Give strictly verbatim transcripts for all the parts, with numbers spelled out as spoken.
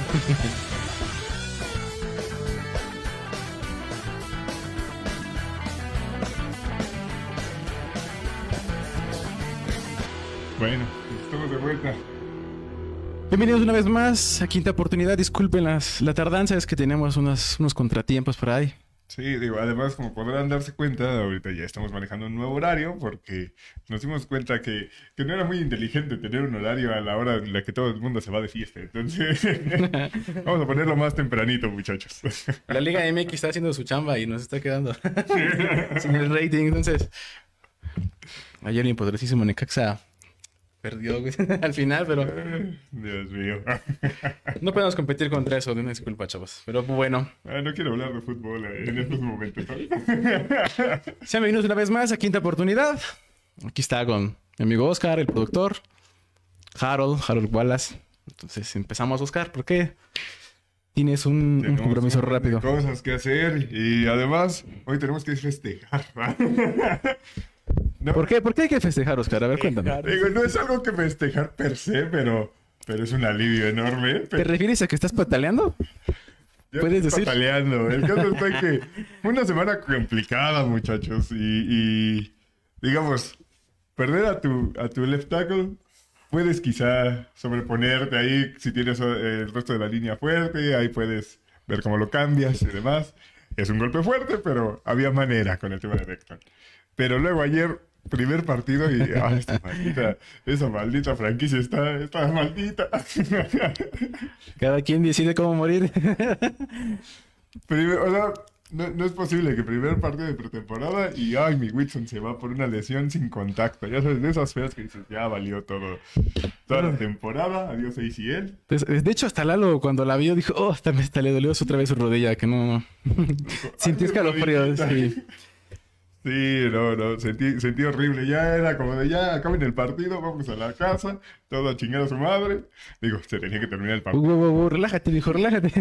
Bueno, estamos de vuelta. Bienvenidos una vez más a Quinta Oportunidad. Disculpen las, la tardanza, es que tenemos unos, unos contratiempos por ahí. Sí, digo, además, como podrán darse cuenta, ahorita ya estamos manejando un nuevo horario porque nos dimos cuenta que, que no era muy inteligente tener un horario a la hora en la que todo el mundo se va de fiesta. Entonces, vamos a ponerlo más tempranito, muchachos. La Liga M X está haciendo su chamba y nos está quedando sin el rating. Entonces, ayer mi poderosísimo Necaxa perdió güey, al final, pero Dios mío. no podemos competir contra eso. Una disculpa, chavos. Pero bueno. Ah, no quiero hablar de fútbol eh, en estos momentos. Sean bienvenidos una vez más a Quinta Oportunidad. Aquí está con mi amigo Oscar, el productor. Harold, Harold Wallace. Entonces empezamos, Oscar. ¿Por qué? Tienes un, un compromiso un rápido. Cosas que hacer y además hoy tenemos que festejar. No, ¿Por qué? ¿Por qué hay que festejar, Oscar? A ver, cuéntame. digo, no es algo que festejar per se, pero, pero es un alivio enorme. ¿Te refieres a que estás pataleando? Ya ¿Puedes estoy decir? pataleando. El caso está que fue una semana complicada, muchachos. Y, y digamos, perder a tu, a tu left tackle, puedes quizá sobreponerte ahí si tienes eh, el resto de la línea fuerte. Ahí puedes ver cómo lo cambias y demás. Es un golpe fuerte, pero había manera con el tema de Beckton. Pero luego ayer, primer partido y... Ah, esta maldita... Esa maldita franquicia está, está maldita. Cada quien decide cómo morir. Primer, o sea, no, no es posible que primer partido de pretemporada y... Ay, mi Wilson se va por una lesión sin contacto. Ya sabes, de esas feas que dices, ya valió todo. Toda la temporada, adiós A C L. Entonces, de hecho, hasta Lalo, cuando la vio, dijo... Oh, hasta, me, hasta le dolió otra vez su rodilla, que no... Sintió escalofríos, sí. Sí, no, no, sentí, sentí horrible. Ya era como de ya acaben el partido, vamos a la casa, todo a chingar a su madre. Digo, se tenía que terminar el partido. Uh, uh, uh, relájate, dijo, relájate.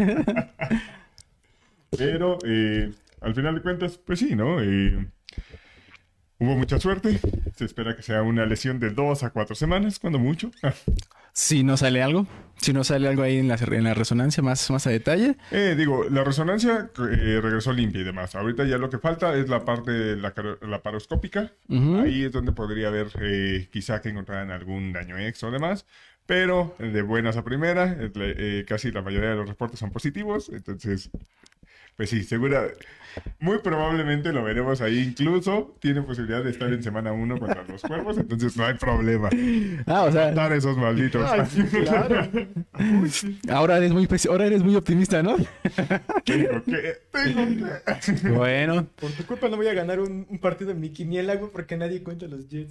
Pero eh, al final de cuentas, pues sí, ¿no? Eh, hubo mucha suerte. Se espera que sea una lesión de dos a cuatro semanas, cuando mucho. Si no sale algo, si no sale algo ahí en la, en la resonancia más, más a detalle. Eh, digo, la resonancia eh, regresó limpia y demás. Ahorita ya lo que falta es la parte la, la paroscópica. Uh-huh. Ahí es donde podría haber eh, quizá que encontraran algún daño extra o demás. Pero de buenas a primera, eh, casi la mayoría de los reportes son positivos. Entonces, pues sí, segura, muy probablemente lo veremos ahí. Incluso tiene posibilidad de estar en semana uno contra los Cuervos, entonces no hay problema. Ah, o sea, matar esos malditos. Ay, claro. Ahora eres muy ahora eres muy optimista, ¿no? Tengo que, tengo que. Bueno. Por tu culpa no voy a ganar un, un partido en mi quiniela, güey, porque nadie cuenta los Jets.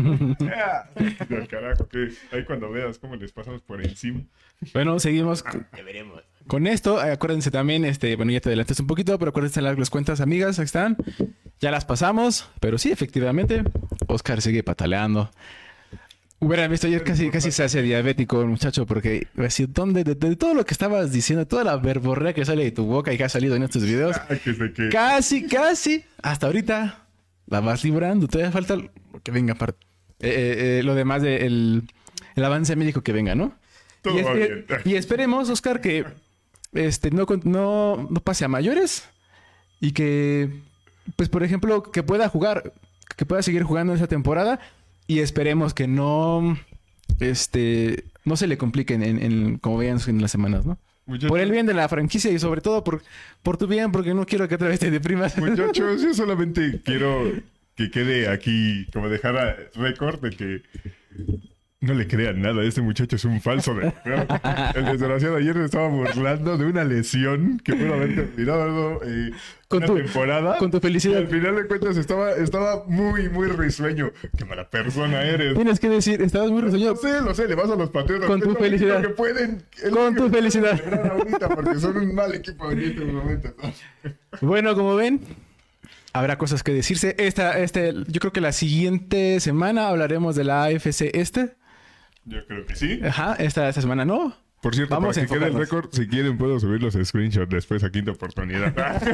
Del carajo, que ahí cuando veas cómo les pasamos por encima. Bueno, seguimos. Ya veremos. Con esto, acuérdense también, este, bueno, ya te adelantaste un poquito, pero acuérdense las, las cuentas amigas, ahí están. Ya las pasamos, pero sí, efectivamente, Oscar sigue pataleando. Hubieran visto ayer casi, casi se hace diabético el muchacho, porque así, ¿dónde? De, de todo lo que estabas diciendo, toda la verborrea que sale de tu boca y que ha salido en estos videos, que sé que... casi, casi, hasta ahorita la vas librando. Todavía falta lo que venga aparte. Eh, eh, eh, lo demás del de el, el avance médico que venga, ¿no? Todo y, va espe bien. y esperemos, Oscar, que este no, no, no pase a mayores y que, pues, por ejemplo, que pueda jugar, que pueda seguir jugando esa temporada y esperemos que no, este, no se le compliquen en, en como vean en las semanas, ¿no? Muchachos. Por el bien de la franquicia y sobre todo por, por tu bien, porque no quiero que otra vez te deprimas. Muchachos, yo solamente quiero que quede aquí, como dejar récord de que no le crean nada. Este muchacho es un falso de... El desgraciado ayer se estaba burlando de una lesión que pudo haber terminado eh, con una tu, temporada. Con tu felicidad. Y al final de cuentas estaba, estaba muy, muy risueño. Qué mala persona eres. Tienes que decir, estabas muy risueño. Lo sé, lo sé, le vas a los Patriotas. Con tu felicidad. Que pueden, con tu felicidad. Ahorita porque son un mal equipo en estos momentos. Bueno, como ven, habrá cosas que decirse. Esta, este, yo creo que la siguiente semana hablaremos de la A F C Este. Yo creo que sí. Ajá, esta, esta semana no. Por cierto, vamos para que quede el récord, si quieren puedo subir los screenshots después a Quinta Oportunidad.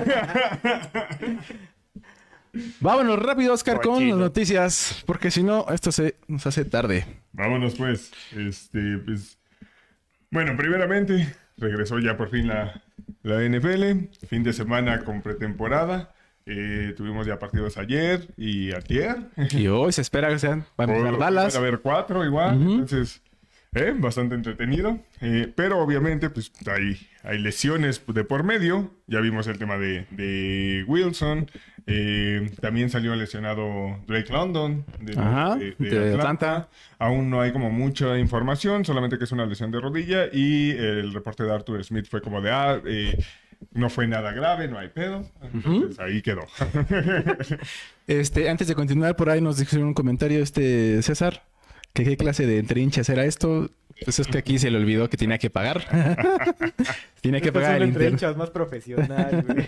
Vámonos rápido, Oscar, Cochino. Con las noticias, porque si no, esto se nos hace tarde. Vámonos pues. Este, pues... Bueno, primeramente, regresó ya por fin la, la N F L. Fin de semana con pretemporada. Eh, tuvimos ya partidos ayer y antier. Y hoy se espera que sean. Va a empezar Por- Dallas. Van a haber cuatro igual. Ujú. Entonces, eh, bastante entretenido. Eh, pero obviamente, pues hay, hay lesiones de por medio. Ya vimos el tema de, de Wilson. Eh, también salió lesionado Drake London de, Ajá, de- de de Atlanta. Atlanta. Aún no hay como mucha información, solamente que es una lesión de rodilla. Y el reporte de Arthur Smith fue como de, ah, eh, no fue nada grave, no hay pedo. Entonces ahí quedó. Este, antes de continuar, por ahí nos dijeron un comentario este César. Que qué clase de trinchas era esto. Pues es que aquí se le olvidó que tenía que pagar. Tiene que Estas pagar son el entre internet. hinchas más profesional, güey.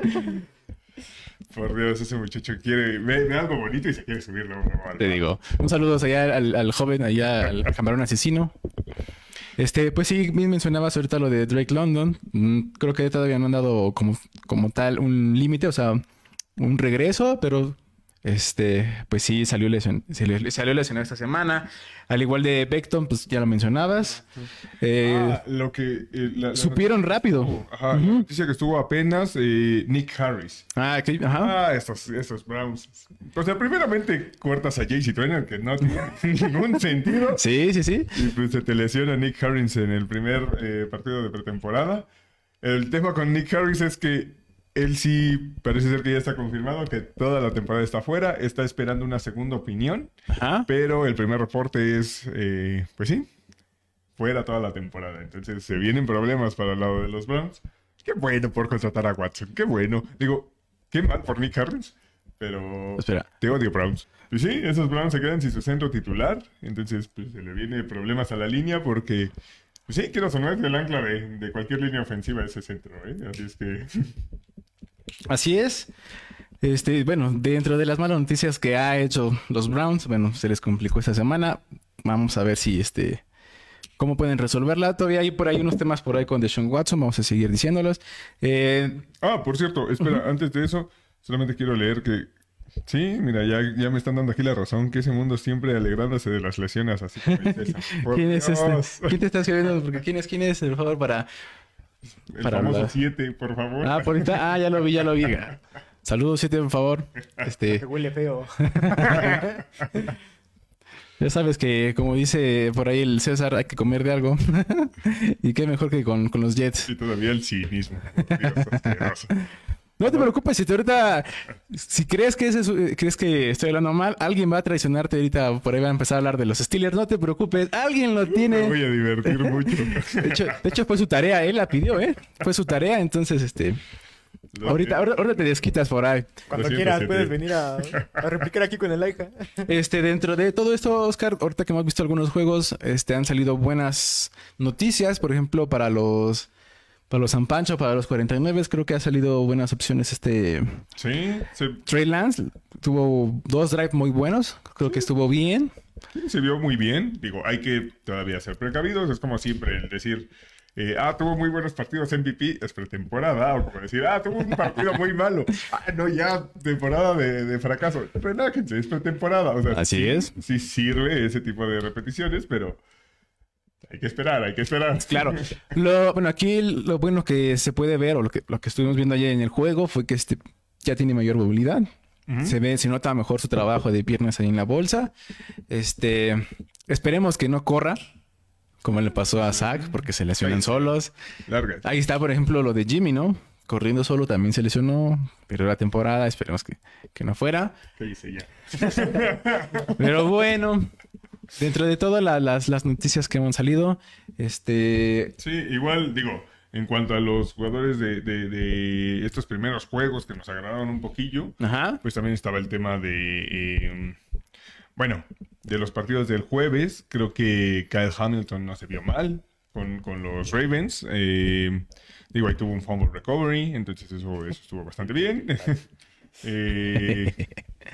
Por Dios, ese muchacho quiere, ve, ve algo bonito y se quiere subirlo. Te digo. Un saludo allá al, al joven, allá al camarón asesino. Este, pues sí, bien mencionabas ahorita lo de Drake London. Mm, Creo que todavía no han dado como, como tal un límite, o sea, un regreso, pero este, pues sí, salió lesion, salió, salió lesionado esta semana. Al igual de Becton, pues ya lo mencionabas. Eh, Ah, lo que... eh, la- la supieron noticia que rápido. estuvo- Ajá, la noticia que estuvo apenas eh, Nick Harris. Ah, ok, ajá. Ah, estos, estos Browns. O sea, primeramente cortas a J C Trainer, que no tiene ningún sentido. Sí, sí, sí. Y pues se te lesiona Nick Harris en el primer eh, partido de pretemporada. El tema con Nick Harris es que él sí parece ser que ya está confirmado que toda la temporada está fuera. Está esperando una segunda opinión. Ajá. Pero el primer reporte es, eh, pues sí, fuera toda la temporada. Entonces se vienen problemas para el lado de los Browns. Qué bueno por contratar a Watson. Qué bueno. Digo, qué mal por Nick Harris. Pero Espera. te odio, Browns. Pues sí, esos Browns se quedan sin su centro titular. Entonces, pues se le viene problemas a la línea porque, pues sí, quiero sonar el ancla de, de cualquier línea ofensiva ese centro, ¿eh? Así es que... Así es. Este, bueno, dentro de las malas noticias que ha hecho los Browns, bueno, se les complicó esta semana. Vamos a ver si este cómo pueden resolverla. Todavía hay por ahí unos temas por ahí con Deshaun Watson, vamos a seguir diciéndolos. Eh, Ah, por cierto, espera, antes de eso, solamente quiero leer que... Sí, mira, ya, ya me están dando aquí la razón, que ese mundo siempre alegrándose de las lesiones, así como el César. Por ¿Quién es Dios. este? ¿Quién te está escribiendo? Porque quién es quién es, por favor, para El para famoso hablar. siete, por favor. Ah, por ahorita, ah, ya lo vi, ya lo vi. Saludos, siete, por favor. Este, Que huele feo. ya sabes que como dice por ahí el César, hay que comer de algo. Y qué mejor que con, con los Jets. Y todavía el cinismo. Por Dios, asqueroso. No te preocupes, si te ahorita, si crees que, ese es- eh, crees que estoy hablando mal, alguien va a traicionarte ahorita, por ahí va a empezar a hablar de los Steelers, no te preocupes, alguien lo Me tiene. voy a divertir mucho. De hecho, de hecho fue su tarea, él la pidió, ¿eh? Fue su tarea, entonces, este, Lo ahorita, siento. ahorita, ahorita te desquitas por ahí. Cuando Lo siento, quieras siete. puedes venir a, a replicar aquí con el Laika. Este, dentro de todo esto, Oscar, ahorita que hemos visto algunos juegos, este, han salido buenas noticias, por ejemplo, para los, para los San Pancho, para los cuarenta y nueve, creo que ha salido buenas opciones, este, Sí, se, Trey Lance tuvo dos drives muy buenos, creo que estuvo bien. sí, se vio muy bien. Digo, hay que todavía ser precavidos. Es como siempre el decir, eh, ah, tuvo muy buenos partidos M V P, es pretemporada. O como decir, ah, tuvo un partido muy malo. Ah, no, ya, temporada de, de fracaso. Relájense, es pretemporada. O sea, Así sí, es. Sí sirve ese tipo de repeticiones, pero hay que esperar, hay que esperar. Claro. Lo, bueno, aquí lo bueno que se puede ver, o lo que, lo que estuvimos viendo ayer en el juego, fue que este ya tiene mayor movilidad. Ujú. Se ve, se nota mejor su trabajo de piernas ahí en la bolsa. Este, esperemos que no corra, como le pasó a Zach, porque se lesionan Ahí sí. solos. Larga. Ahí está, por ejemplo, lo de Jimmy, ¿no? Corriendo solo también se lesionó, pero la temporada, esperemos que, que no fuera. ¿Qué hice ya? Pero bueno, dentro de todas la- las, las noticias que hemos salido, este, Sí, igual, digo, en cuanto a los jugadores de, de- de estos primeros juegos que nos agradaron un poquillo, ajá, pues también estaba el tema de, eh, bueno, de los partidos del jueves. Creo que Kyle Hamilton no se vio mal con, con los Ravens. Eh, digo, ahí tuvo un fumble recovery, entonces eso, eso estuvo bastante bien. eh,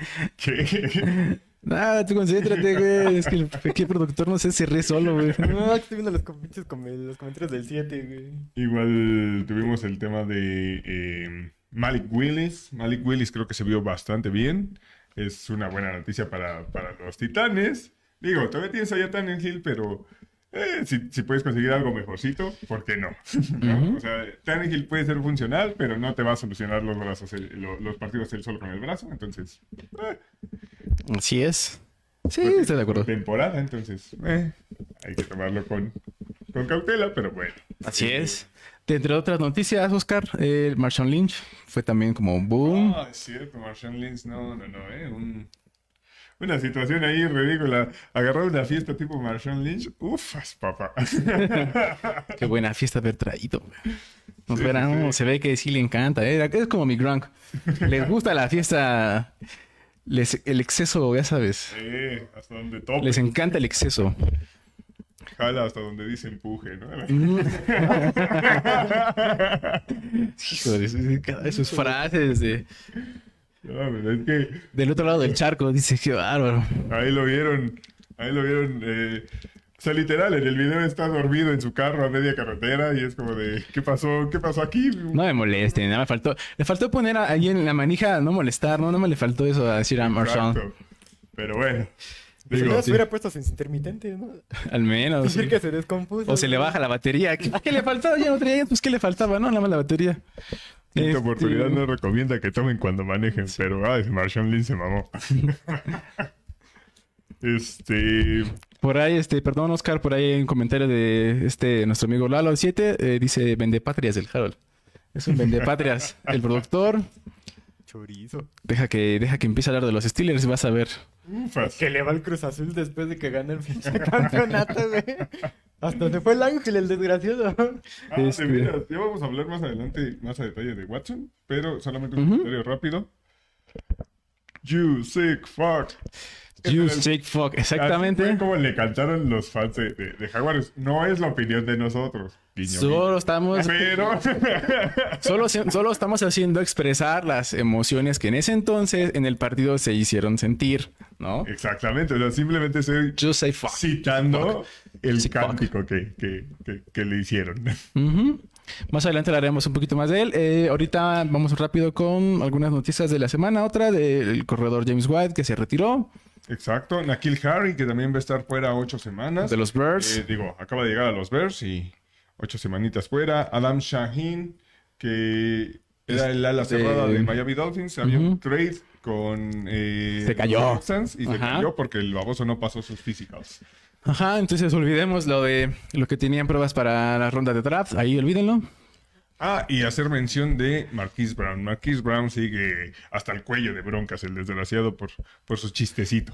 ¿qué? nada, tú concéntrate, güey. Es que el aquí el productor no sé, se ríe solo, güey. No, estoy viendo los, com- pinches com- los comentarios del siete, güey. Igual tuvimos el tema de eh, Malik Willis. Malik Willis creo que se vio bastante bien. Es una buena noticia para, para los Titanes. Digo, todavía tienes allá Tannehill, pero Eh, si, si puedes conseguir algo mejorcito, ¿por qué no? ¿No? Ujú. O sea, Tannehill puede ser funcional, pero no te va a solucionar los brazos, el- lo- los partidos él solo con el brazo. Entonces, eh, Así es. Sí, porque estoy de acuerdo. es temporada, entonces eh, hay que tomarlo con, con cautela, pero bueno. Así Eh, es. De entre otras noticias, Oscar, el Marshawn Lynch fue también como un boom. Ah, es cierto, Marshawn Lynch, no, no, no, eh, un- una situación ahí ridícula. Agarrar una fiesta tipo Marshawn Lynch, ufas, papá. Qué buena fiesta haber traído. Nos Sí, verán, sí. se ve que sí le encanta. ¿Eh? Es como mi Gronk. Les gusta la fiesta, les- el exceso, ya sabes. Eh, hasta donde tope. Les encanta el exceso. Jala hasta donde dice empuje, ¿no? Hijo de cada de sus frases de- No, pero es que del otro lado del charco. Dice, qué bárbaro. ahí lo vieron, ahí lo vieron, eh, o sea, literal, en el video está dormido en su carro a media carretera y es como de, ¿qué pasó? ¿Qué pasó aquí? No me molesten, nada me faltó. Le faltó poner a- ahí en la manija no molestar, ¿no? No me le faltó eso a decir a Marshawn. Exacto. Pero bueno, Si digo, no sí. se hubiera puesto sus intermitentes, ¿no? Al menos. Decir Sí. que se descompuso. O se le baja la batería. ¿Qué, qué le faltaba? Ya no traía, pues ¿qué le faltaba? No, nada más la batería. esta Este, oportunidad no recomienda que tomen cuando manejen, pero ay, Marshawn Lynch se mamó. Este, Por ahí, este, perdón, Oscar, por ahí hay un comentario de este, nuestro amigo Lalo siete, eh, dice Vendepatrias del Harold. Es un Vendepatrias. El productor, Chorizo. deja que, deja que empiece a hablar de los Steelers y vas a ver. ufas. Que le va al Cruz Azul después de que gana el pinche campeonato, güey. Hasta se fue el ángel, el desgraciado. Ah, de Este- veras, ya vamos a hablar más adelante, más a detalle de Watson, pero solamente un Ujú. comentario rápido. You sick fuck. You Ese era el- sick fuck. Así fue Exactamente. como le cantaron los fans de, de, de Jaguares. No es la opinión de nosotros. Guiño, Solo estamos, guiño. Pero. solo, solo estamos haciendo expresar las emociones que en ese entonces en el partido se hicieron sentir, ¿no? Exactamente. O sea, simplemente estoy You say fuck. citando el Sick fuck. cántico que, que, que, que le hicieron. Ujú. Más adelante hablaremos un poquito más de él. Eh, ahorita vamos rápido con algunas noticias de la semana. Otra del corredor James White que se retiró Exacto. Nakil Harry, que también va a estar fuera ocho semanas. de los Bears. Eh, digo, acaba de llegar a los Bears y ocho semanitas fuera. Adam Shaheen, que era el ala Este- cerrada de Miami Dolphins. Había Ujú. un trade con... eh, Se cayó. los Texans y se Ajá. cayó porque el baboso no pasó sus physicals. Ajá, entonces olvidemos lo de lo que tenían pruebas para la ronda de draft. Ahí olvídenlo. Ah, y hacer mención de Marquise Brown. Marquise Brown sigue hasta el cuello de broncas, el desgraciado, por, por su chistecito.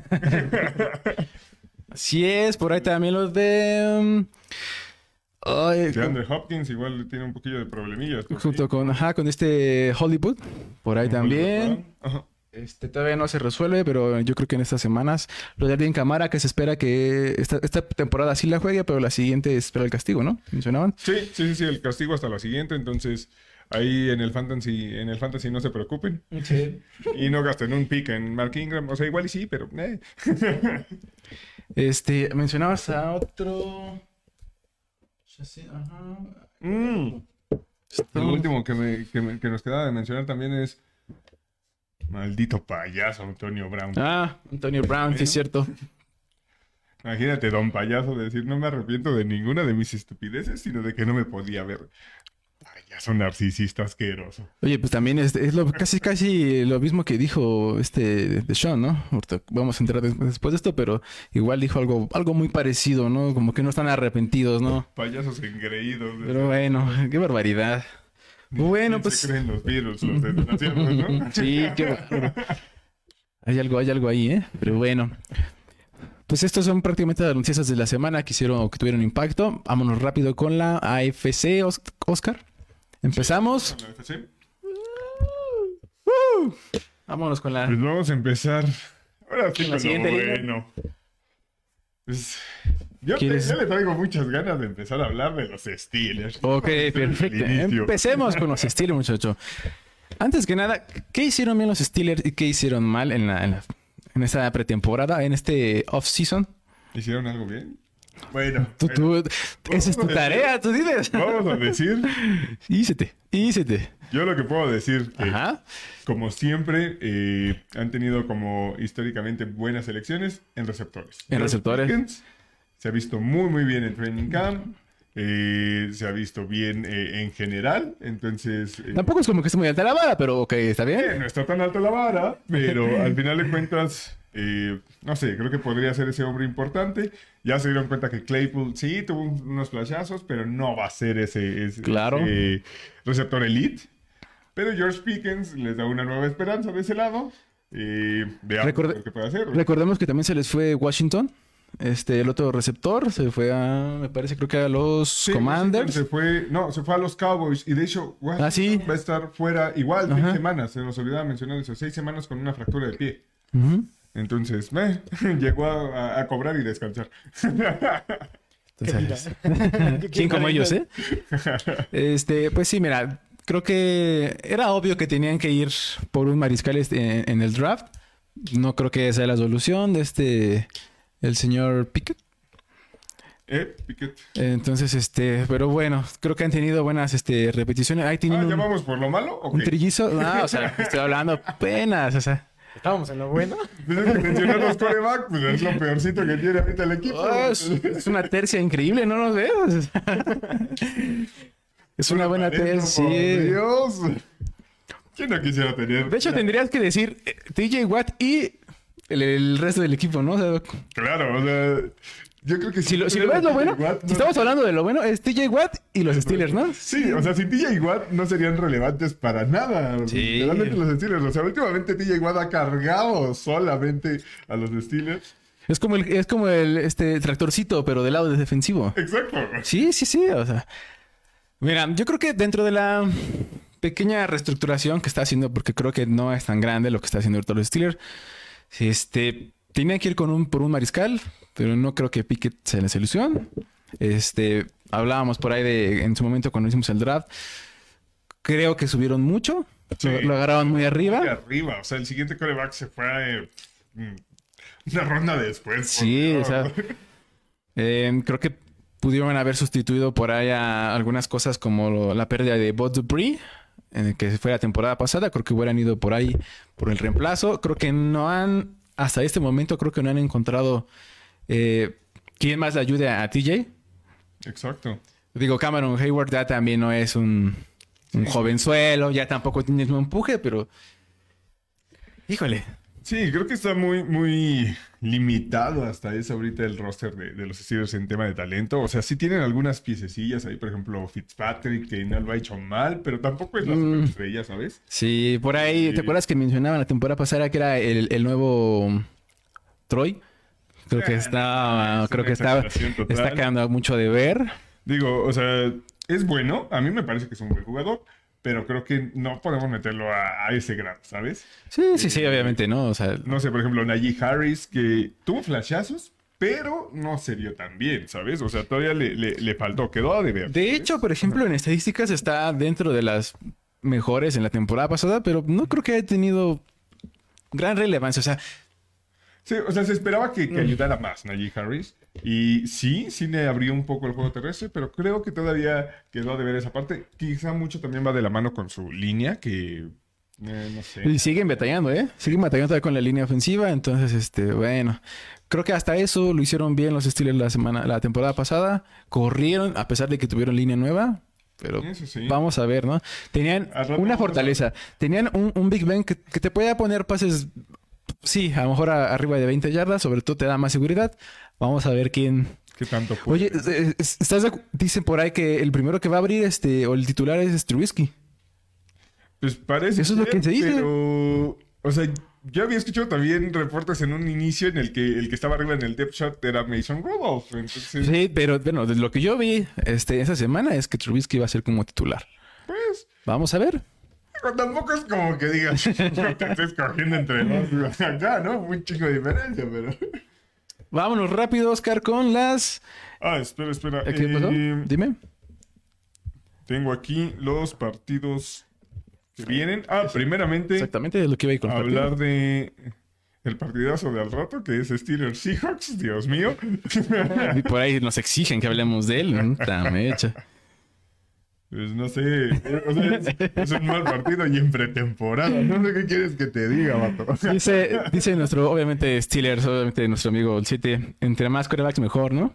Así es, por ahí también los de... um, ay, De Andre Hopkins igual tiene un poquillo de problemillas. por junto ahí. con, ajá, con este Hollywood. Por ahí Con también. Hollywood Brown. Ajá. Este todavía no se resuelve, pero yo creo que en estas semanas lo de Alvin Kamara, que se espera que esta, esta temporada sí la juegue, pero la siguiente espera el castigo, ¿no? Mencionaban. Sí, sí, sí, sí, el castigo hasta la siguiente. Entonces, ahí en el fantasy, en el fantasy no se preocupen. Y no gasten un pick en Mark Ingram. O sea, igual y sí, pero... eh. Este, mencionabas a otro. Ya sé, ajá. Mm. Lo último que, me- que, me- que nos queda de mencionar también es... Maldito payaso, Antonio Brown. Ah, Antonio Brown, sí es cierto. Imagínate, don payaso, de decir, no me arrepiento de ninguna de mis estupideces, sino de que no me podía ver. Payaso narcisista asqueroso. Oye, pues también es, es lo, casi casi lo mismo que dijo este de Sean, ¿no? Ahorita vamos a entrar des- después de esto, pero igual dijo algo, algo muy parecido, ¿no? Como que no están arrepentidos, ¿no? Payasos engreídos. Pero bueno, qué barbaridad. Bueno, ¿Quién pues se creen los virus, los desgraciados, ¿no? sí, qué bárbaro. Hay algo, hay algo ahí, ¿eh? Pero bueno. Pues estos son prácticamente las noticias de la semana que hicieron o que tuvieron impacto. Vámonos rápido con la A F C, Os- Oscar. Empezamos. Con la F C. Vámonos con la... Pues vamos a empezar. Ahora sí Con la con lo siguiente liga. bueno. Pues, yo te- ¿Quieres? ya le traigo muchas ganas de empezar a hablar de los Steelers. Ok, perfecto. El inicio. Empecemos con los Steelers, muchacho. Antes que nada, ¿qué hicieron bien los Steelers y qué hicieron mal en la, en la- en esta pretemporada, en este off-season? ¿Hicieron algo bien? Bueno, Tú, bueno, tú, esa es tu tarea, tú dices. vamos a decir, Ícete, ícete. yo lo que puedo decir que Ajá. como siempre, eh, han tenido como históricamente buenas elecciones en receptores. En receptores. Pickens, Se ha visto muy, muy bien en Training Camp. Eh, se ha visto bien eh, en general. Entonces... eh, Tampoco es como que esté muy alta la vara, pero ok, está bien. eh, no está tan alta la vara, pero al final de cuentas... Eh, no sé, creo que podría ser ese hombre importante. Ya se dieron cuenta que Claypool sí tuvo un- unos flashazos, pero no va a ser ese, ese- Claro. ese receptor elite. Pero George Pickens les da una nueva esperanza de ese lado. Eh, veamos Recorde- lo que puede hacer. Recordemos que también se les fue Washington. Este, el otro receptor se fue a, me parece, creo que a los Sí, Commanders. Se fue, no, se fue a los Cowboys. Y de hecho, Washington Ah, sí. va a estar fuera igual Ajá. seis semanas. Se nos olvidaba mencionar eso. Seis semanas con una fractura de pie. Ujú. Entonces, eh, llegó a, a- a cobrar y descansar. Entonces, ¿quién como ellos, eh? Este, pues sí, mira, creo que era obvio que tenían que ir por un mariscal este- en, en el draft. No creo que sea la solución de este, el señor Pickett. eh, Pickett. Entonces, este, pero bueno, creo que han tenido buenas, este, repeticiones. Ahí tienen Ah, ¿ya un, vamos por lo malo? ¿O un qué? trillizo. No, o sea, estoy hablando apenas, o sea. Estábamos en lo bueno. Pues es que mencionar los coreback, pues es lo peorcito que tiene ahorita el equipo. Oh, es, es una tercia increíble, ¿no nos ves? Es una buena Eso, tercia, por sí. Dios. ¿Quién no quisiera tener? De hecho, tendrías que decir eh, T J Watt y el, el resto del equipo, ¿no? O sea, Claro, o sea, yo creo que si lo, si lo ves lo bueno, si estamos hablando de lo bueno, es T J Watt y los Steelers, ¿no? Sí, o sea, sin T J Watt no serían relevantes para nada. Sí. Realmente los Steelers. O sea, últimamente T J Watt ha cargado solamente a los Steelers. Es como el, es como el este tractorcito, pero del lado de defensivo. Exacto. Sí, sí, sí. O sea, mira, yo creo que dentro de la pequeña reestructuración que está haciendo, porque creo que no es tan grande lo que está haciendo ahorita los Steelers, este, tenía que ir con un, por un mariscal, pero no creo que Pickett sea la solución. Este, hablábamos por ahí de, en su momento cuando hicimos el draft, creo que subieron mucho, Sí. lo, lo agarraron muy arriba. Muy arriba. O sea, el siguiente coreback se fue a, eh, una ronda después. por Sí, Dios. o sea, eh, creo que pudieron haber sustituido por ahí a algunas cosas como lo- la pérdida de Bud Dupree, en el que fue la temporada pasada. Creo que hubieran ido por ahí por el reemplazo. Creo que no han, hasta este momento, creo que no han encontrado eh, quién más le ayude a, a T J. Exacto. Digo, Cameron Hayward ya también no es un, un jovenzuelo, ya tampoco tiene el mismo empuje, pero... Híjole. Sí, creo que está muy, muy limitado hasta eso ahorita el roster de, de los Steelers en tema de talento. O sea, sí tienen algunas piececillas ahí, por ejemplo, Fitzpatrick, que no lo ha hecho mal, pero tampoco es la Mm. superestrella, ¿sabes? Sí, por ahí, Sí. ¿te acuerdas que mencionaban la temporada pasada que era el, el nuevo Troy? Creo que Ah, está, es creo una que está, exageración total. está quedando mucho de ver. Digo, o sea, es bueno, a mí me parece que es un buen jugador, pero creo que no podemos meterlo a, a ese grado, ¿sabes? Sí, sí, sí, obviamente, ¿no? O sea, No sé, por ejemplo, Najee Harris, que tuvo flashazos, pero no se vio tan bien, ¿sabes? O sea, todavía le, le, le faltó, quedó a deber. de ¿sabes? hecho, por ejemplo, en estadísticas está dentro de las mejores en la temporada pasada, pero no creo que haya tenido gran relevancia. O sea, Sí, o sea, se esperaba que, Mm. que ayudara más Najee Harris. Y sí, sí le abrió un poco el juego terrestre, pero creo que todavía quedó a deber esa parte. Quizá mucho también va de la mano con su línea, que eh, no sé. y siguen batallando, ¿eh? Siguen batallando todavía con la línea ofensiva. Entonces, este, bueno, creo que hasta eso lo hicieron bien los Steelers la semana, la temporada pasada. Corrieron, a pesar de que tuvieron línea nueva. Pero Eso sí. vamos a ver, ¿no? Tenían Al rato una vamos a- fortaleza. Tenían un, un Big Ben que, que te podía poner pases, sí, a lo mejor a- arriba de veinte yardas. Sobre todo te da más seguridad. Vamos a ver quién... ¿Qué tanto puede? Oye, eh, es- ¿estás de acu- dicen por ahí que el primero que va a abrir este, o el titular es Trubisky? Pues parece Eso es lo ser, que se dice. Pero, o sea, yo había escuchado también reportes en un inicio en el que el que estaba arriba en el depth chart era Mason Rudolph. Entonces, Sí, pero bueno, de lo que yo vi este, esa semana es que Trubisky va a ser como titular. pues, Vamos a ver. pero tampoco es como que digas, no te estés cogiendo entre dos acá, ¿no? Un chingo de diferencia, pero... Vámonos rápido, Oscar, con las... Ah, espera, espera. ¿Qué pasó? Eh, Dime. tengo aquí los partidos que vienen. Ah, primeramente, Exactamente de lo que iba a ir con el partido. hablar de el partidazo de al rato, que es Steelers Seahawks, Dios mío. Y por ahí nos exigen que hablemos de él. Puta mecha. Pues no sé, eh, o sea, es, es un mal partido y en pretemporada. No sé qué quieres que te diga, vato. Dice, dice nuestro, obviamente, Steelers, obviamente nuestro amigo el siete, entre más quarterbacks mejor, ¿no?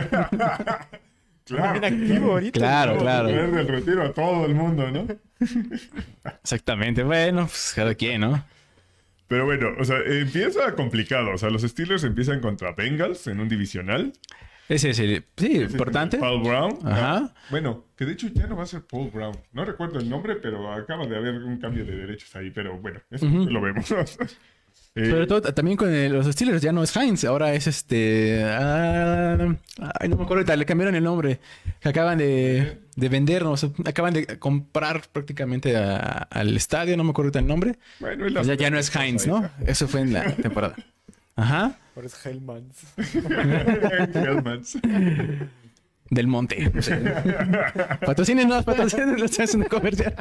Claro, Bien activo ahorita. Claro, vamos a claro. traer del retiro a todo el mundo, ¿no? Exactamente. Bueno, pues cada quien, ¿no? Pero bueno, o sea, empieza complicado. O sea, los Steelers empiezan contra Bengals en un divisional. Ese es el, sí, importante. Paul Brown. Ajá. Ah, bueno, que de hecho ya no va a ser Paul Brown. No recuerdo el nombre, pero acaba de haber un cambio de derechos ahí. Pero bueno, eso Ujú. lo vemos. Eh, Sobre todo también con el- los Steelers ya no es Heinz, ahora es este... ah, ay, no me acuerdo ahorita, le cambiaron el nombre. Que acaban de, de vendernos, acaban de comprar prácticamente a- al estadio, no me acuerdo ahorita el nombre. bueno, y Pues las ya, ya no es Heinz, ¿no? Eso fue en la temporada. Ajá. Ahora es Hellmans. Hellmans. Del Monte. O sea, patrocínenos, patrocínenos, nos hacen un comercial.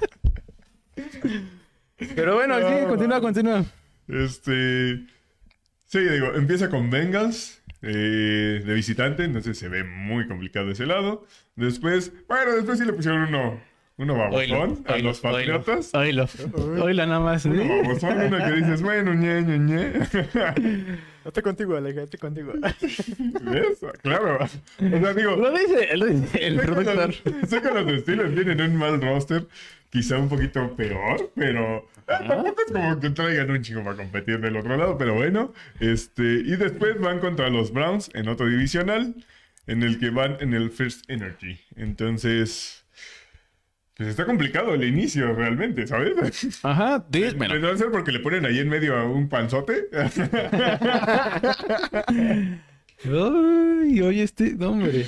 Pero bueno, sí, continúa, continúa. Este. Sí, digo, empieza con Bengals eh, de visitante, entonces se ve muy complicado ese lado. Después, bueno, después sí le pusieron uno, uno babosón a los Patriotas. Oílo. Oílo nada más. ¿sí? Uno babosón, uno que dices, bueno, ñe, ñe, ñe. Estoy contigo, Aleja, estoy contigo. ¿Ves? Claro. O sea, digo, Lo dice, lo dice el sé que productor. los- sé que los Steelers tienen un mal roster, quizá un poquito peor, pero eh, tampoco es como que traigan un chingo para competir del otro lado, pero bueno. Este, y después van contra los Browns en otro divisional, en el que van en el First Energy. Entonces, pues está complicado el inicio realmente, ¿sabes? Ajá, de- bueno. Debe ser porque le ponen ahí en medio a un panzote. Ay, oye, este nombre.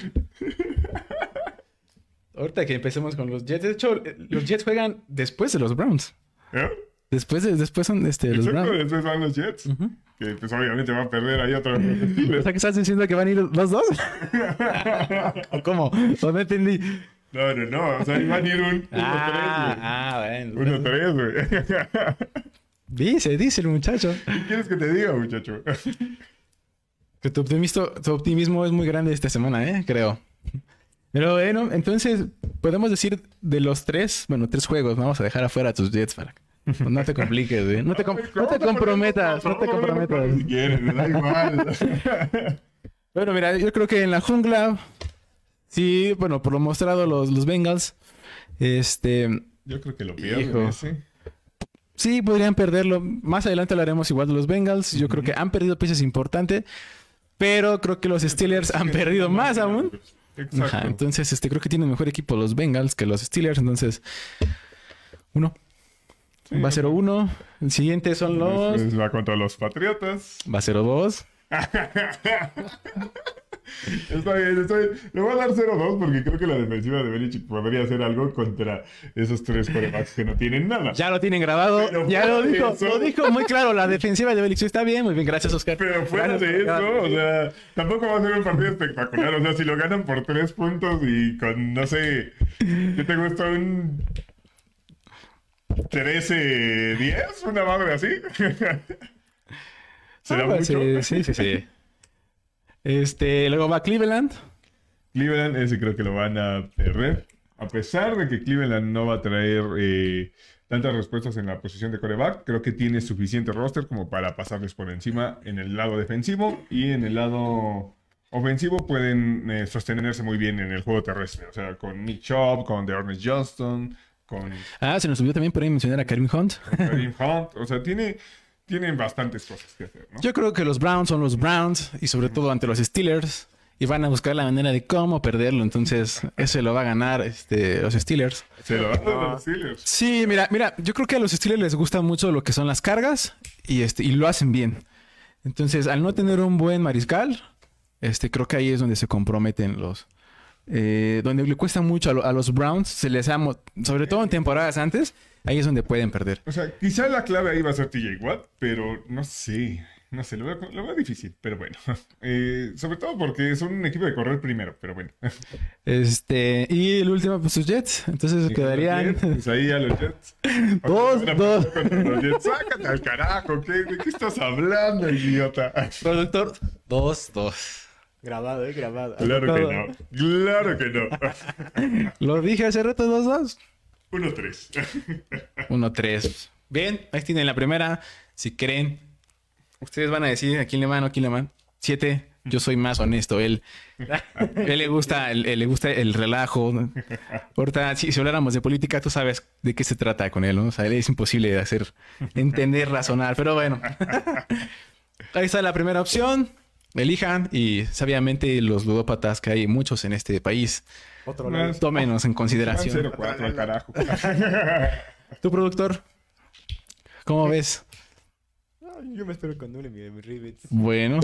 Ahorita que empecemos con los Jets. De hecho, los Jets juegan después de los Browns. ¿Eh? Después, de- después son este, los Exacto, Browns. después van los Jets. Ujú. Que pues obviamente va a perder ahí otra vez los O Steelers. sea, que estás diciendo que van a ir los dos. ¿O cómo? O no entendí. No, no, no. O sea, iban a ir un Ah, ah, bueno. uno tres, güey. uno tres, güey. Dice, dice el muchacho. ¿Qué quieres que te diga, muchacho? Que tu optimismo, tu optimismo es muy grande esta semana, ¿eh? Creo. Pero bueno, entonces podemos decir de los tres, bueno, tres juegos, vamos a dejar afuera a tus Jets para que no te compliques, güey. No te, com- no te comprometas, no te comprometas. Si quieres, me da igual. Bueno, mira, yo creo que en la jungla, sí, bueno, por lo mostrado los, los Bengals, este, Yo creo que lo Hijo. pierden ese. sí, podrían perderlo. Más adelante hablaremos igual de los Bengals. Yo creo que han perdido piezas importantes, pero creo que los Steelers han perdido más aún. Exacto. Ajá, entonces, este, creo que tienen mejor equipo los Bengals que los Steelers. Entonces, uno. Va a cero uno. El siguiente son los... Después va contra los Patriotas. Va cero dos. Está bien, está bien. Le voy a dar cero dos porque creo que la defensiva de Belichick podría hacer algo contra esos tres quarterbacks que no tienen nada. Ya lo tienen grabado. Pero Ya lo fuera de dijo. eso- Lo dijo muy claro. La defensiva de Belichick está bien. Muy bien. Gracias, Oscar. Pero fuera Gracias, de Oscar. eso, o sea, tampoco va a ser un partido espectacular. O sea, si lo ganan por tres puntos y con, no sé, ¿qué te gusta? Un trece diez, una madre así. ¿Será Ah, mucho? Sí, sí, sí, sí. Este, luego va Cleveland. Cleveland, ese creo que lo van a perder. A pesar de que Cleveland no va a traer eh, tantas respuestas en la posición de quarterback, creo que tiene suficiente roster como para pasarles por encima en el lado defensivo y en el lado ofensivo pueden eh, sostenerse muy bien en el juego terrestre. O sea, con Nick Chubb, con Dearness Johnston, con Ah, se nos olvidó también por ahí mencionar a Kareem Hunt. Kareem Hunt. O sea, tiene, tienen bastantes cosas que hacer, ¿no? Yo creo que los Browns son los Browns y sobre todo ante los Steelers y van a buscar la manera de cómo perderlo. Entonces, ese lo va a ganar este, los Steelers. Se lo dan a los Steelers. Sí, mira, mira, yo creo que a los Steelers les gusta mucho lo que son las cargas y este y lo hacen bien. Entonces, al no tener un buen mariscal, este creo que ahí es donde se comprometen los eh, donde le cuesta mucho a, lo- a los Browns, se les ha mo- sobre todo en temporadas antes, ahí es donde pueden perder. O sea, quizá la clave ahí va a ser T J Watt, pero no sé. No sé, lo veo, lo veo difícil, pero bueno. Eh, sobre todo porque son un equipo de correr primero, pero bueno. Este, y el último pues sus Jets, entonces quedarían Pues ahí a los Jets. Dos, Una dos. contra los Jets. Sácate al carajo, ¿qué? ¿De qué estás hablando, idiota? productor dos dos. Grabado, eh, grabado. Claro que no. Claro que no. Lo dije hace rato, dos dos. Uno, tres. uno tres. Bien, ahí tienen la primera. Si creen, ustedes van a decir a quién le van o a quién le van. Siete. Yo soy más honesto. Él, él le gusta, él, él le gusta el relajo. Ahorita, si, si habláramos de política, tú sabes de qué se trata con él, ¿no? O sea, él es imposible de hacer, entender, razonar. Pero bueno. Ahí está la primera opción. Elijan y sabiamente los ludópatas, que hay muchos en este país, Otro lado. tómenos en consideración. cero cuatro al carajo. ¿Tu productor? ¿Cómo ves? Ay, yo me espero con doble mi, mi Ravens. Bueno.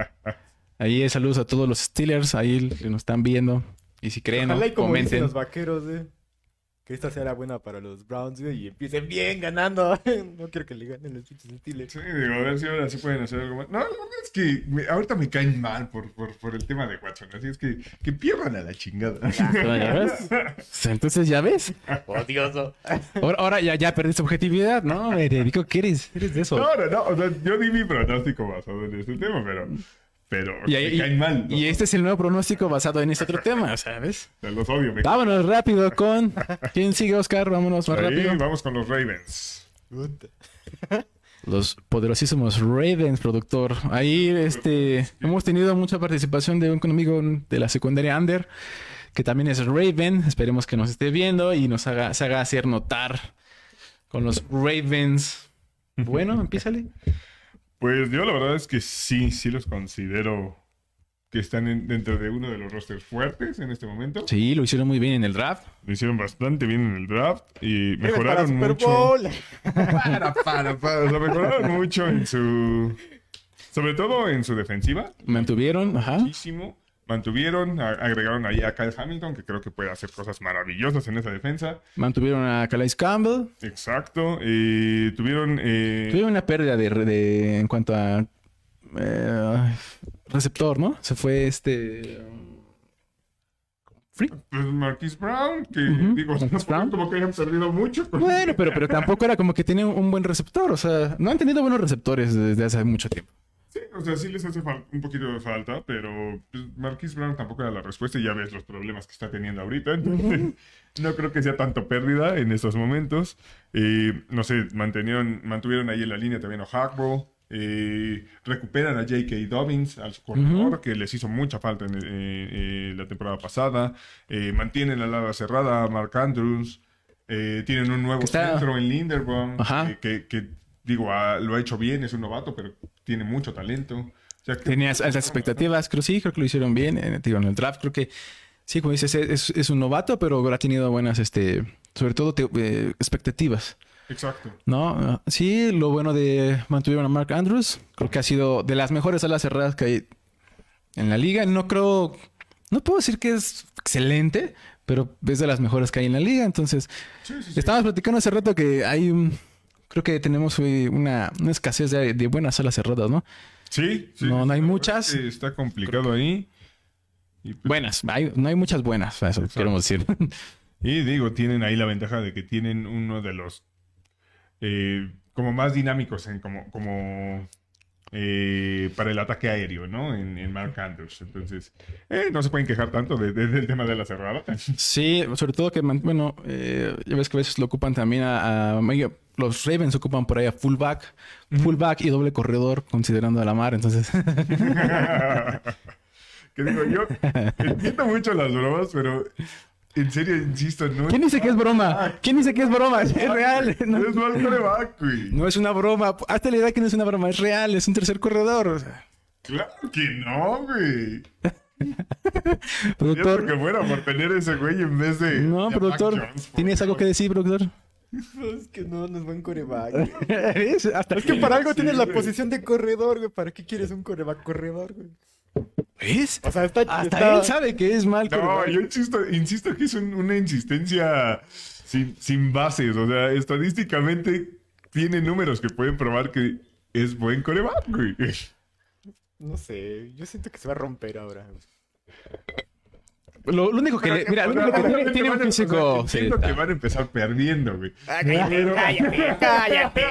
Ahí saludos a todos los Steelers, ahí que nos están viendo. Y si creen, ¿no? Ojalá y como dicen Comenten. los vaqueros, eh, que esta sea buena para los Browns, güey, y empiecen bien ganando. No quiero que le ganen los pinches Steelers. Sí, digo, a ver si ahora sí pueden hacer algo más. No, la verdad es que me- ahorita me caen mal por, por, por el tema de Watson. Así es que, que pierdan a la chingada. ¿Ya ves? Entonces, ¿ya ves? Odioso. Ahora, ahora ya, ya perdiste objetividad, ¿no? Erico, ¿qué eres? Eres de eso. No, no, no. O sea, yo di mi pronóstico basado en este tema, pero, pero Y, me ahí- caen mal. y este es el nuevo pronóstico basado en este otro tema, ¿sabes? O sea, los odio. Me... Vámonos rápido con... ¿Quién sigue, Oscar? Vámonos más Ahí, rápido. vamos con los Ravens. Puta. Los poderosísimos Ravens, productor. Ahí este, hemos tenido mucha participación de un amigo de la secundaria Under, que también es Raven. Esperemos que nos esté viendo y nos haga, se haga hacer notar con los Ravens. Bueno, empiézale. Pues yo la verdad es que sí, sí los considero que están en- dentro de uno de los rosters fuertes en este momento. Sí, lo hicieron muy bien en el draft. Lo hicieron bastante bien en el draft y Para mejoraron Super mucho. Bowl. Para, para, para. O sea, mejoraron mucho en su... Sobre todo en su defensiva. Mantuvieron, ajá. Muchísimo. Mantuvieron, a- agregaron ahí a Kyle Hamilton, que creo que puede hacer cosas maravillosas en esa defensa. Mantuvieron a Calais Campbell. Exacto. Y tuvieron... eh, Tuvieron una pérdida de, de- en cuanto a eh, receptor, ¿no? Se fue este... Free. pues Marquise Brown, que Ujú, digo, Marquise tampoco Brown. es como que hayan perdido mucho. pero- Bueno, pero, pero tampoco era como que tenía un buen receptor. O sea, no han tenido buenos receptores desde hace mucho tiempo. Sí, o sea, sí les hace fal- un poquito de falta, pero pues, Marquise Brown tampoco era la respuesta y ya ves los problemas que está teniendo ahorita. Entonces, no creo que sea tanto pérdida en estos momentos. Eh, no sé, mantenieron, mantuvieron ahí en la línea también a Hackball. Eh, recuperan a J K. Dobbins, al su corredor, Ujú. que les hizo mucha falta en eh, eh, la temporada pasada. Eh, mantienen la lava cerrada a Mark Andrews. Eh, tienen un nuevo Que está- centro en Linderbaum, Ajá. eh, que, que, digo, ah, lo ha hecho bien, es un novato, pero tiene mucho talento. O sea, que- Tenías altas expectativas, creo sí, creo que lo hicieron bien. eh, digo, en el draft creo que sí, como dices, es, es un novato, pero ha tenido buenas, este, sobre todo te- eh, expectativas, Exacto. ¿no? Sí, lo bueno de mantuvieron a Mark Andrews, creo que ha sido de las mejores alas cerradas que hay en la liga. No creo, no puedo decir que es excelente, pero es de las mejores que hay en la liga. Entonces, Sí, sí, sí. estábamos platicando hace rato que hay un, creo que tenemos hoy una, una escasez de, de buenas alas cerradas, ¿no? Sí, sí, No, sí, no hay la verdad muchas. es que está complicado ahí. Y, pues, Buenas, hay- no hay muchas buenas, eso Exacto. queremos decir. y digo, tienen ahí la ventaja de que tienen uno de los eh, como más dinámicos en como, como eh, para el ataque aéreo, ¿no? En, en Mark Andrews. Entonces, eh, no se pueden quejar tanto de- de- del tema de la cerrada. Sí, sobre todo que, man- bueno, eh, ya ves que a veces lo ocupan también a, a- medio- los Ravens ocupan por ahí a fullback, fullback y doble corredor, considerando a la mar, entonces. Que digo, yo entiendo mucho las bromas, pero en serio, insisto, no ¿Quién dice que es broma? ¿Quién dice que es broma? Es real. No, Es mal coreback, güey. no es una broma. Hazte la idea que no es una broma, es real, es un tercer corredor. O sea, Claro que no, güey. Productor. productor. que fuera por tener ese güey en vez de. No, de Mac productor. Jones, por ¿Tienes algo que Dios. decir, productor? Es que no, no es buen coreback. güey. ¿Ves? Hasta Es que para algo Sí, tienes la güey. posición de corredor, güey. ¿Para qué quieres un coreback corredor, güey? ¿Ves? O sea, está... Hasta está- él sabe que es mal No, quarterback. yo insisto, insisto que es un- una insistencia sin, sin bases. O sea, estadísticamente tiene números que pueden probar que es buen coreback, güey. No sé, yo siento que se va a romper ahora. Lo, lo único que le, mira, lo único que tiene, tiene un físico. Sí, Siento que está. van a empezar perdiendo, güey. cállate, cállate, cállate.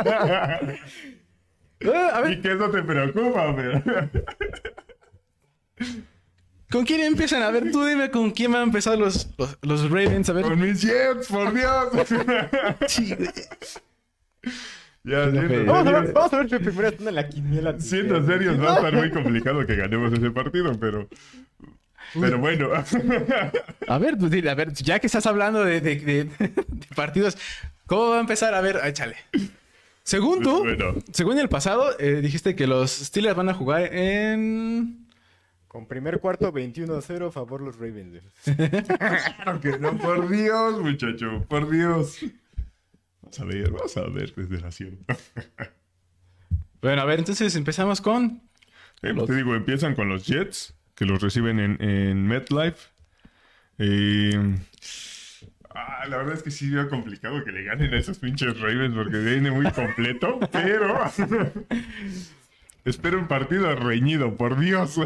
Ah, a ver. Y que eso te preocupa, pero. ¿Con quién empiezan? A ver, tú dime con quién van a empezar los, los, los Ravens. A ver. Con mis Jets, por Dios. Sí, güey. Ya, No, siendo Vamos a ver, serios, vamos a ver si primero están en la quiniela. siendo serios, va a estar muy complicado que ganemos ese partido, pero... Pero bueno. A ver, pues, dile, a ver, ya que estás hablando de, de, de- de partidos, ¿cómo va a empezar? A ver, échale. Según tú, Bueno. según el pasado, eh, dijiste que los Steelers van a jugar en... Con primer cuarto, veintiuno a cero, favor los Ravens. Claro que no, por Dios, muchacho, por Dios. Vamos a ver, vamos a ver desde la acción. Bueno, a ver, entonces empezamos con... Eh, pues te digo, empiezan con los Jets, que los reciben en, en MetLife. Eh, ah, la verdad es que sí veo complicado que le ganen a esos pinches Ravens porque viene muy completo, pero... Espero un partido reñido, por Dios.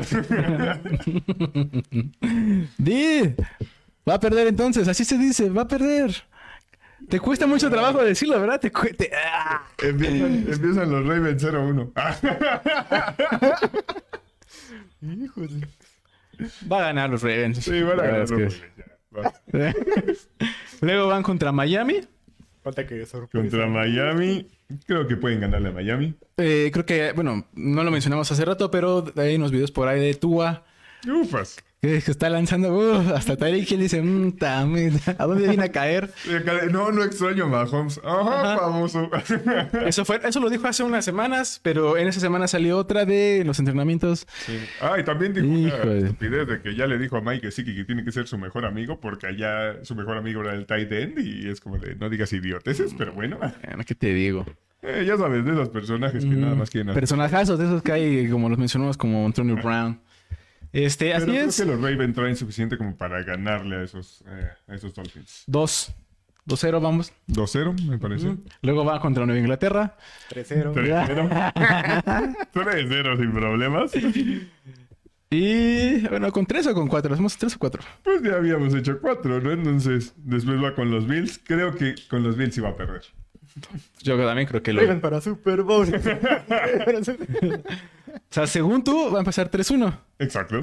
Di, va a perder entonces, así se dice, va a perder. Te cuesta mucho trabajo decirlo, ¿verdad? Te cuesta... ¡Ah! Empiezan, empiezan los Ravens cero uno. Hijos. Va a ganar los Ravens. Sí, van a La ganar verdad los es que- Ravens, ya, va. Luego van contra Miami. Falta que sorpresa. Contra Miami. Creo que pueden ganarle a Miami. Eh, creo que, bueno, no lo mencionamos hace rato, pero hay unos videos por ahí de Tua Ufas. que que está lanzando. Uh, hasta Tyreek Hill dice: mmm, tame, ¿a dónde viene a caer? No, no extraño a Mahomes. Ajá, Ajá. famoso. Eso fue, eso lo dijo hace unas semanas, pero en esa semana salió otra de los entrenamientos. Ah, y también dijo una Híjole. estupidez de que ya le dijo a Mike que sí, que tiene que ser su mejor amigo porque allá su mejor amigo era el tight end y es como de, no digas idioteces, pero bueno. Bueno, ¿qué te digo? Eh, ya sabes, de esos personajes que nada más quieren hacer. Personajazos de esos que hay, como los mencionamos, como Antonio Brown. Este, Pero así creo es. que los Ravens traen suficiente como para ganarle a esos, eh, a esos Dolphins. Dos. dos cero, vamos. dos cero, me parece. Luego va contra Nueva Inglaterra. tres cero. tres cero. tres cero sin problemas. Y bueno, con tres o con cuatro. ¿Hacemos tres o cuatro? Pues ya habíamos hecho cuatro, ¿no? Entonces, después va con los Bills. Creo que con los Bills iba a perder. Yo también creo que lo. Ravens para Super Bowl. O sea, según tú, va a empezar tres uno. Exacto.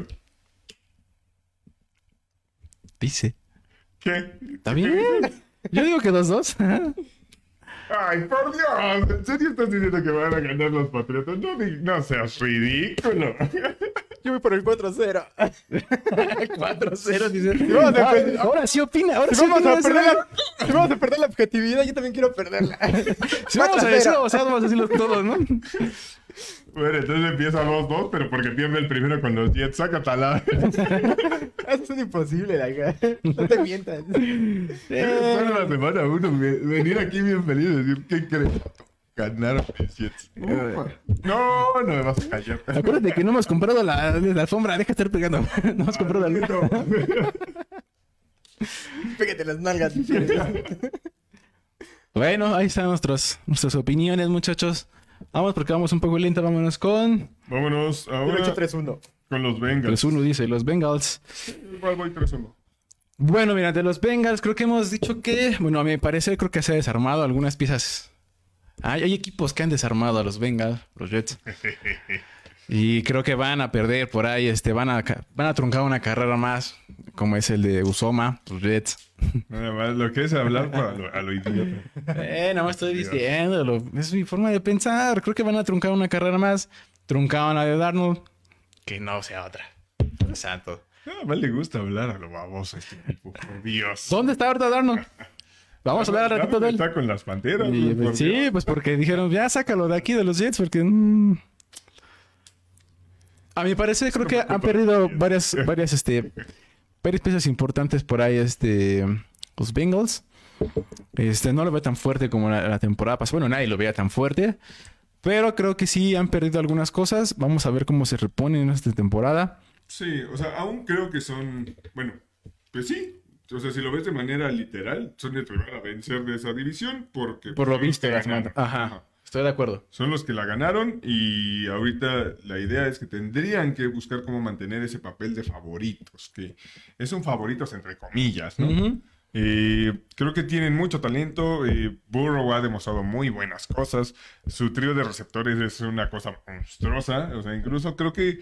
Dice. ¿Qué? ¿Está bien? Yo digo que dos dos. Ay, por Dios. ¿En serio estás diciendo que van a ganar los Patriotas? No, di- no seas ridículo. Yo voy por el cuatro cero. cuatro cero, dice. vamos a Ah, perder- ahora sí opina, ahora Si sí vamos, opina. a perder la, si vamos a perder la objetividad, yo también quiero perderla. Si vamos a decirlo, o sea, vamos a decirlo todos, ¿no? Bueno, entonces empieza dos dos, pero porque pierde el primero con los Jets. Sácatala. Eso es imposible, la verdad. No te mientas. Solo la semana uno, me- venir aquí bien feliz y decir, ¿qué crees? Ganaron los Jets. Ufa. No, no me vas a callar. Acuérdate que no hemos comprado la, la alfombra, deja de estar pegando. No hemos comprado la No. Pégate las nalgas. Bueno, ahí están nuestros, nuestras opiniones, muchachos. Vamos porque vamos un poco lenta, vámonos con Vámonos Yo lo he ahora hecho tres uno. con los Bengals. tres uno, dice, los Bengals. Igual voy tres uno. Bueno, mira, de los Bengals creo que hemos dicho que, bueno, a mi parecer creo que se ha desarmado algunas piezas. Hay, hay equipos que han desarmado a los Bengals, los Jets. Y creo que van a perder por ahí, este, van a, ca- van a truncar una carrera más, como es el de Usoma, los Jets. Nada más, lo que es hablar para lo- a lo idiota. Eh, nada más estoy diciéndolo. Es mi forma de pensar. Creo que van a truncar una carrera más. Truncaban la de Darnold. Que no sea otra. Dios santo. Nada más le gusta hablar a lo baboso a este tipo. Por Dios. ¿Dónde está ahorita Darnold? Vamos a hablar al ratito de él. Está con las panteras. Y, ¿no? Por sí, Dios. pues porque dijeron, ya sácalo de aquí de los Jets, porque... mm. A mi parecer, creo que han perdido varias, varias, este, varias piezas importantes por ahí, este, los Bengals. Este, no lo veo tan fuerte como la, la temporada pasada. Bueno, nadie lo veía tan fuerte. Pero creo que sí han perdido algunas cosas. Vamos a ver cómo se reponen en esta temporada. Sí, o sea, aún creo que son. Bueno, pues sí. O sea, si lo ves de manera literal, son el que van a vencer de esa división porque. Por lo son los visto, que las ganaron. manda- Ajá. Estoy de acuerdo. Son los que la ganaron y ahorita la idea es que tendrían que buscar cómo mantener ese papel de favoritos, que es un favoritos entre comillas, ¿no? Ujú. Eh, creo que tienen mucho talento. eh, Burrow ha demostrado muy buenas cosas. Su trío de receptores es una cosa monstruosa. O sea, incluso creo que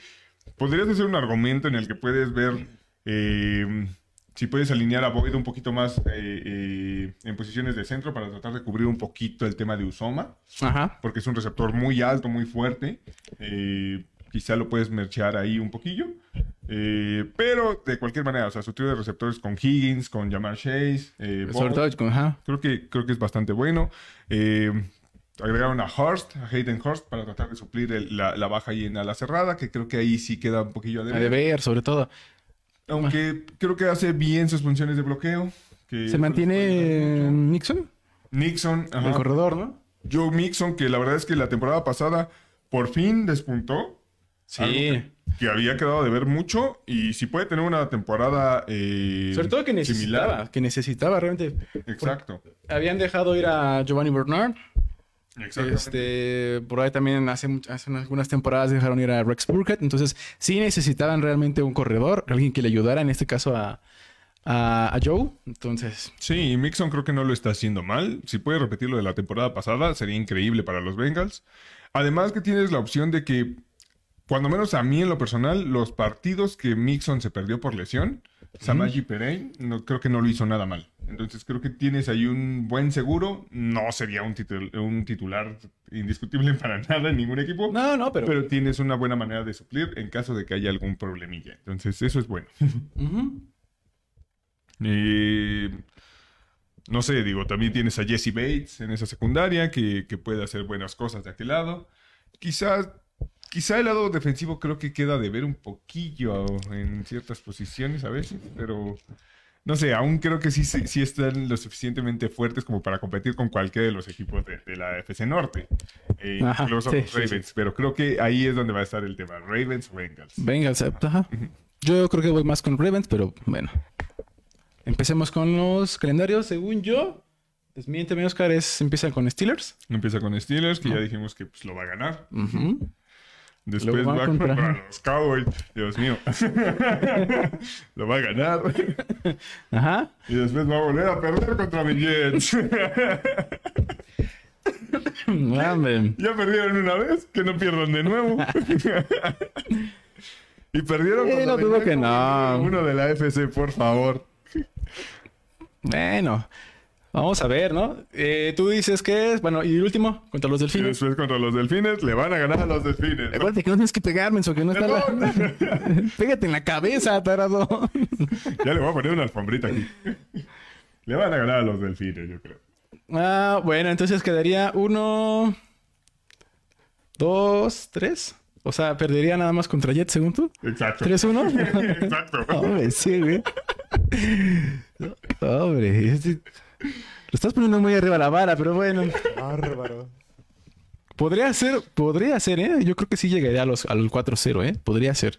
podrías hacer un argumento en el que puedes ver eh, si puedes alinear a Boyd un poquito más eh, eh, en posiciones de centro para tratar de cubrir un poquito el tema de Uzoma, Ajá. porque es un receptor muy alto, muy fuerte. Eh, quizá lo puedes merchear ahí un poquillo. Eh, pero de cualquier manera, o sea, su trío de receptores con Higgins, con Jamar Chase, eh, Sobre Boyd, todo, ajá. creo que, creo que es bastante bueno. Eh, agregaron a Hurst, a Hayden Hurst, para tratar de suplir el- la, la baja ahí en ala cerrada, que creo que ahí sí queda un poquillo a A deber. deber, sobre todo. Aunque creo que hace bien sus funciones de bloqueo. Que Se mantiene Nixon, Nixon, ajá. el corredor, ¿no? Joe Mixon, que la verdad es que la temporada pasada por fin despuntó. Algo Sí. que, que había quedado de ver mucho. Y si puede tener una temporada eh, Sobre todo que necesitaba, similar. que necesitaba realmente. Exacto. Habían dejado ir a Giovanni Bernard. Exactamente. Este, por ahí también hace, much- hace unas- algunas temporadas dejaron ir a Rex Burkhead. Entonces, sí necesitaban realmente un corredor, alguien que le ayudara, en este caso a, a, a Joe. Entonces, Sí, y Mixon creo que no lo está haciendo mal. Si puede repetir lo de la temporada pasada, sería increíble para los Bengals. Además que tienes la opción de que, cuando menos a mí en lo personal, los partidos que Mixon se perdió por lesión, Samaji Perine, no, creo que no lo hizo nada mal. Entonces creo que tienes ahí un buen seguro. No sería un, titul- un titular indiscutible para nada en ningún equipo. no, no, pero. Pero tienes una buena manera de suplir en caso de que haya algún problemilla. Entonces eso es bueno. Ujú. Y no sé, digo, también tienes a Jesse Bates en esa secundaria que, que puede hacer buenas cosas de aquel lado. Quizás, quizá el lado defensivo creo que queda de ver un poquillo en ciertas posiciones a veces, pero no sé, aún creo que sí, sí, sí están lo suficientemente fuertes como para competir con cualquiera de los equipos de, de la F C Norte, eh, Ajá, incluso sí, los sí, Ravens, pero creo que ahí es donde va a estar el tema, Ravens o Bengals. Venga, o sea, ajá. Yo creo que voy más con Ravens, pero bueno. Empecemos con los calendarios. Según yo, desmiénteme, Oscar, es, empieza con Steelers. Empieza con Steelers, que ya dijimos que pues, lo va a ganar. Ujú. Después Luego va va contra- contra... los Cowboys. Dios mío. Lo va a ganar. Ajá. Y después va a volver a perder contra mis Jets. Hombre. Ya perdieron una vez, que no pierdan de nuevo. Y perdieron Sí, contra no el dudo equipo que no. número uno de la F C, por favor. Bueno, vamos a ver, ¿no? Eh, tú dices que es, bueno, y el último, contra los Y delfines. después contra los Delfines, le van a ganar a los Delfines. Acuérdate que no tienes que pegarme, eso que no está la... Pégate en la cabeza, tarado. Ya le voy a poner una alfombrita aquí. Le van a ganar a los Delfines, yo creo. Ah, bueno, entonces quedaría uno, dos, tres. O sea, perdería nada más contra Jets, según tú. Exacto. ¿tres uno? Exacto. Hombre, sí, güey. Hombre, este- lo estás poniendo muy arriba la vara, pero bueno. Bárbaro. Podría ser, podría ser, ¿eh? Yo creo que sí llegaría a los, al cuatro cero, ¿eh? Podría ser.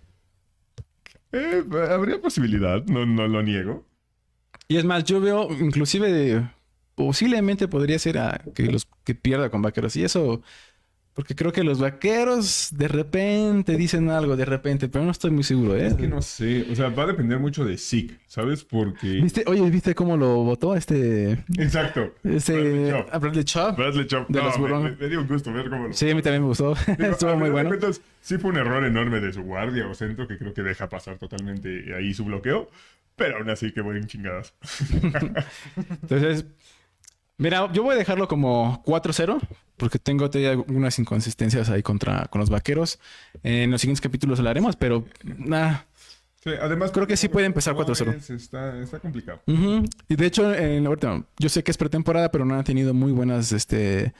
Eh, habría posibilidad, no, no lo niego. Y es más, yo veo, inclusive, de- posiblemente podría ser a que los que pierda con Vaqueros. Y eso, porque creo que los Vaqueros de repente dicen algo, de repente, pero no estoy muy seguro, ¿eh? Es que no sé, o sea, va a depender mucho de Zeke, ¿sabes? Porque... ¿Viste? Oye, ¿viste cómo lo votó este... Exacto. este Bradley Chubb. a Bradley Chubb? Bradley Chubb. De No, los me, Broncos. me- me dio un gusto ver cómo lo... Sí, a mí también me gustó. Digo, Estuvo a muy final de bueno. cuentas, sí fue un error enorme de su guardia o centro que creo que deja pasar totalmente ahí su bloqueo. Pero aún así, qué buen chingadas. Entonces, mira, yo voy a dejarlo como cuatro cero porque tengo todavía algunas inconsistencias ahí contra con los Vaqueros. En los siguientes capítulos hablaremos, pero nada. Sí, además... Creo que sí puede empezar cuatro cero. Está, está complicado. Ujú. Y de hecho, en, ahorita, yo sé que es pretemporada, pero no han tenido muy buenas este,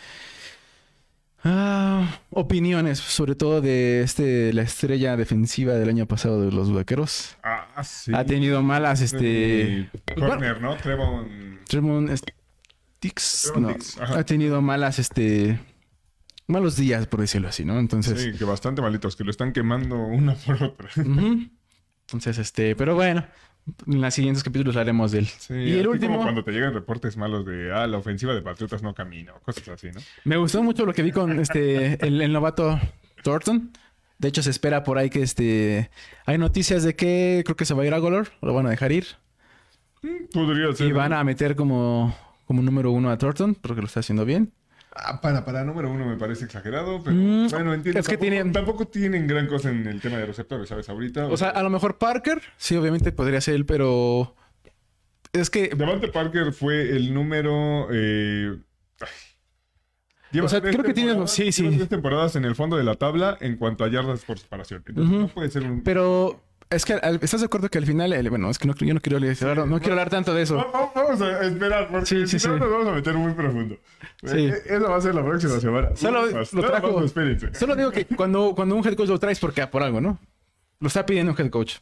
ah, opiniones, sobre todo de este la estrella defensiva del año pasado de los Vaqueros. Ah, sí. Ha tenido malas, este... Eh, Corner, ¿no? Trevon... Tremont Dix, Trevon no, Diggs, ajá. ha tenido malas, este... malos días, por decirlo así, ¿no? Entonces... Sí, que bastante malitos, que lo están quemando una por otra. ujú. Entonces, este... Pero bueno, en los siguientes capítulos hablaremos de él. Sí, y el así último... como cuando te llegan reportes malos de, ah, la ofensiva de Patriotas no camina, o cosas así, ¿no? Me gustó mucho lo que vi con este el, el novato Thornton. De hecho, se espera por ahí que este... Hay noticias de que creo que se va a ir a Golor. Lo van a dejar ir. Podría ser. Y van a meter como, como número uno a Thornton porque lo está haciendo bien. Ah, para, para número uno me parece exagerado, pero Mm, bueno, entiendo. es que tampoco, tienen- tampoco tienen gran cosa en el tema de receptores, ¿sabes? Ahorita. O sea, a lo mejor Parker, sí, obviamente podría ser él, pero es que, Devante Parker fue el número. Eh... ay. Lleva O sea, tres creo que tiene- temporadas- sí, sí. lleva tres temporadas en el fondo de la tabla en cuanto a yardas por separación. Entonces, Ujú. no puede ser un. pero es que al- ¿estás de acuerdo que al final, el- bueno, es que no, yo no quiero, hablar- no quiero hablar tanto de eso. Va- va- Vamos a esperar, porque Sí, sí, si no sí. nos vamos a meter muy profundo. Sí. Eh, Esa va a ser la próxima semana. Solo Nada más, lo nada trajo. más, espérense. Solo digo que cuando, cuando un head coach lo traes porque por algo, ¿no? Lo está pidiendo un head coach.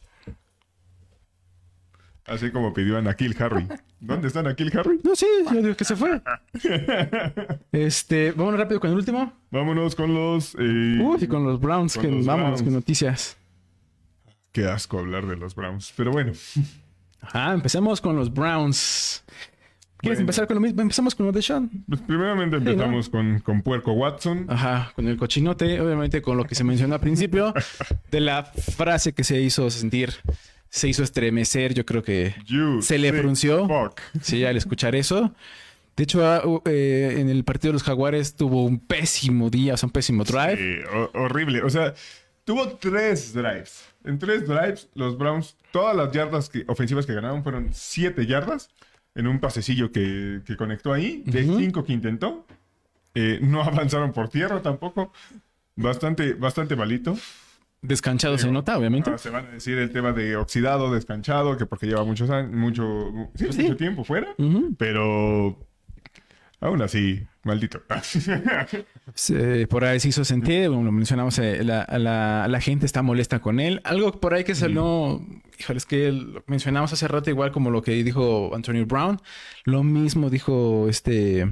Así como pidió a Nakil Harry. ¿Dónde está Nakil Harry? No, sí, yo digo que se fue. Este, vamos rápido con el último. Vámonos con los. eh, Uy, con los Browns, con que los vámonos Browns. con noticias. Qué asco hablar de los Browns. Pero bueno. Ajá, empecemos con los Browns. ¿Quieres Bueno. empezar con lo mismo? Empezamos con lo de Sean. Pues primeramente empezamos con, con Puerco Watson. Ajá, con el cochinote, obviamente con lo que se mencionó al principio, de la frase que se hizo sentir, se hizo estremecer, yo creo que You se le sick frunció. fuck. sí, al escuchar eso. De hecho, ah, uh, eh, en el partido de los Jaguares tuvo un pésimo día, o sea, un pésimo drive. Sí, ho- horrible. O sea, tuvo tres drives. En tres drives, los Browns, todas las yardas que- ofensivas que ganaron fueron siete yardas en un pasecillo que, que conectó ahí, de Ujú. cinco que intentó. Eh, no avanzaron por tierra tampoco. Bastante, bastante malito. Descanchado se nota, obviamente. Ah, se van a decir el tema de oxidado, descanchado, que porque lleva muchos años, mucho, sí, Pues sí. mucho tiempo fuera. Ujú. Pero aún así, maldito. Se- por ahí se hizo sentir, como lo mencionamos, eh, la, la- la gente está molesta con él. Algo por ahí que se no... Híjole, es que lo mencionamos hace rato, igual como lo que dijo Antonio Brown. Lo mismo dijo este...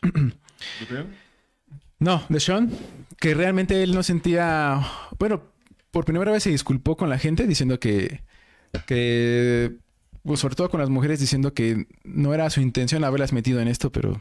No, de Sean, que realmente él no sentía... Bueno, por primera vez se disculpó con la gente diciendo que... que pues, sobre todo con las mujeres diciendo que no era su intención haberlas metido en esto, pero...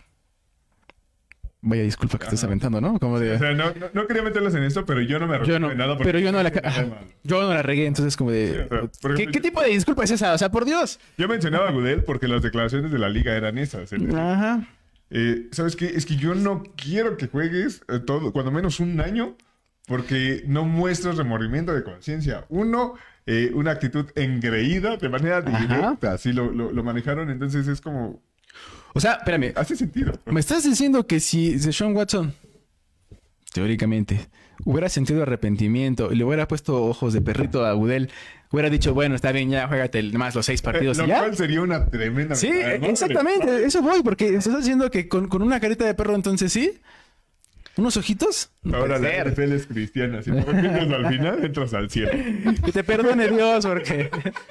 Vaya disculpa que estés Ajá. aventando, ¿no? Como de... O sea, no, no, no quería meterlas en esto, pero yo no me Yo arrepiento no, de nada. porque- pero yo no la, ca- ajá, Muy mal. yo no la regué, entonces como de... Sí, o sea, por ¿qué, ejemplo, qué tipo de disculpa es esa? O sea, por Dios. Yo mencionaba a Goodell porque las declaraciones de la liga eran esas. El- Ajá. eh, ¿Sabes qué? Es que yo no quiero que juegues eh, todo, cuando menos un año, porque no muestras remordimiento de conciencia. Uno, eh, una actitud engreída de manera Ajá. directa, así lo, lo, lo manejaron. Entonces es como, O sea, espérame. hace sentido. Me estás diciendo que si Sean Watson, teóricamente, hubiera sentido arrepentimiento y le hubiera puesto ojos de perrito a Goodell, hubiera dicho, bueno, está bien, ya juégate más los seis Eh, partidos lo y ya. cual sería una tremenda... Sí, ventaja, ¿no? exactamente. Eso voy, porque estás diciendo que con, con una carita de perro, entonces sí. ¿Unos ojitos? No Ahora puede la ser. N F L es cristiana. Si no repites al final, entras al cielo. Que te perdone Dios, porque...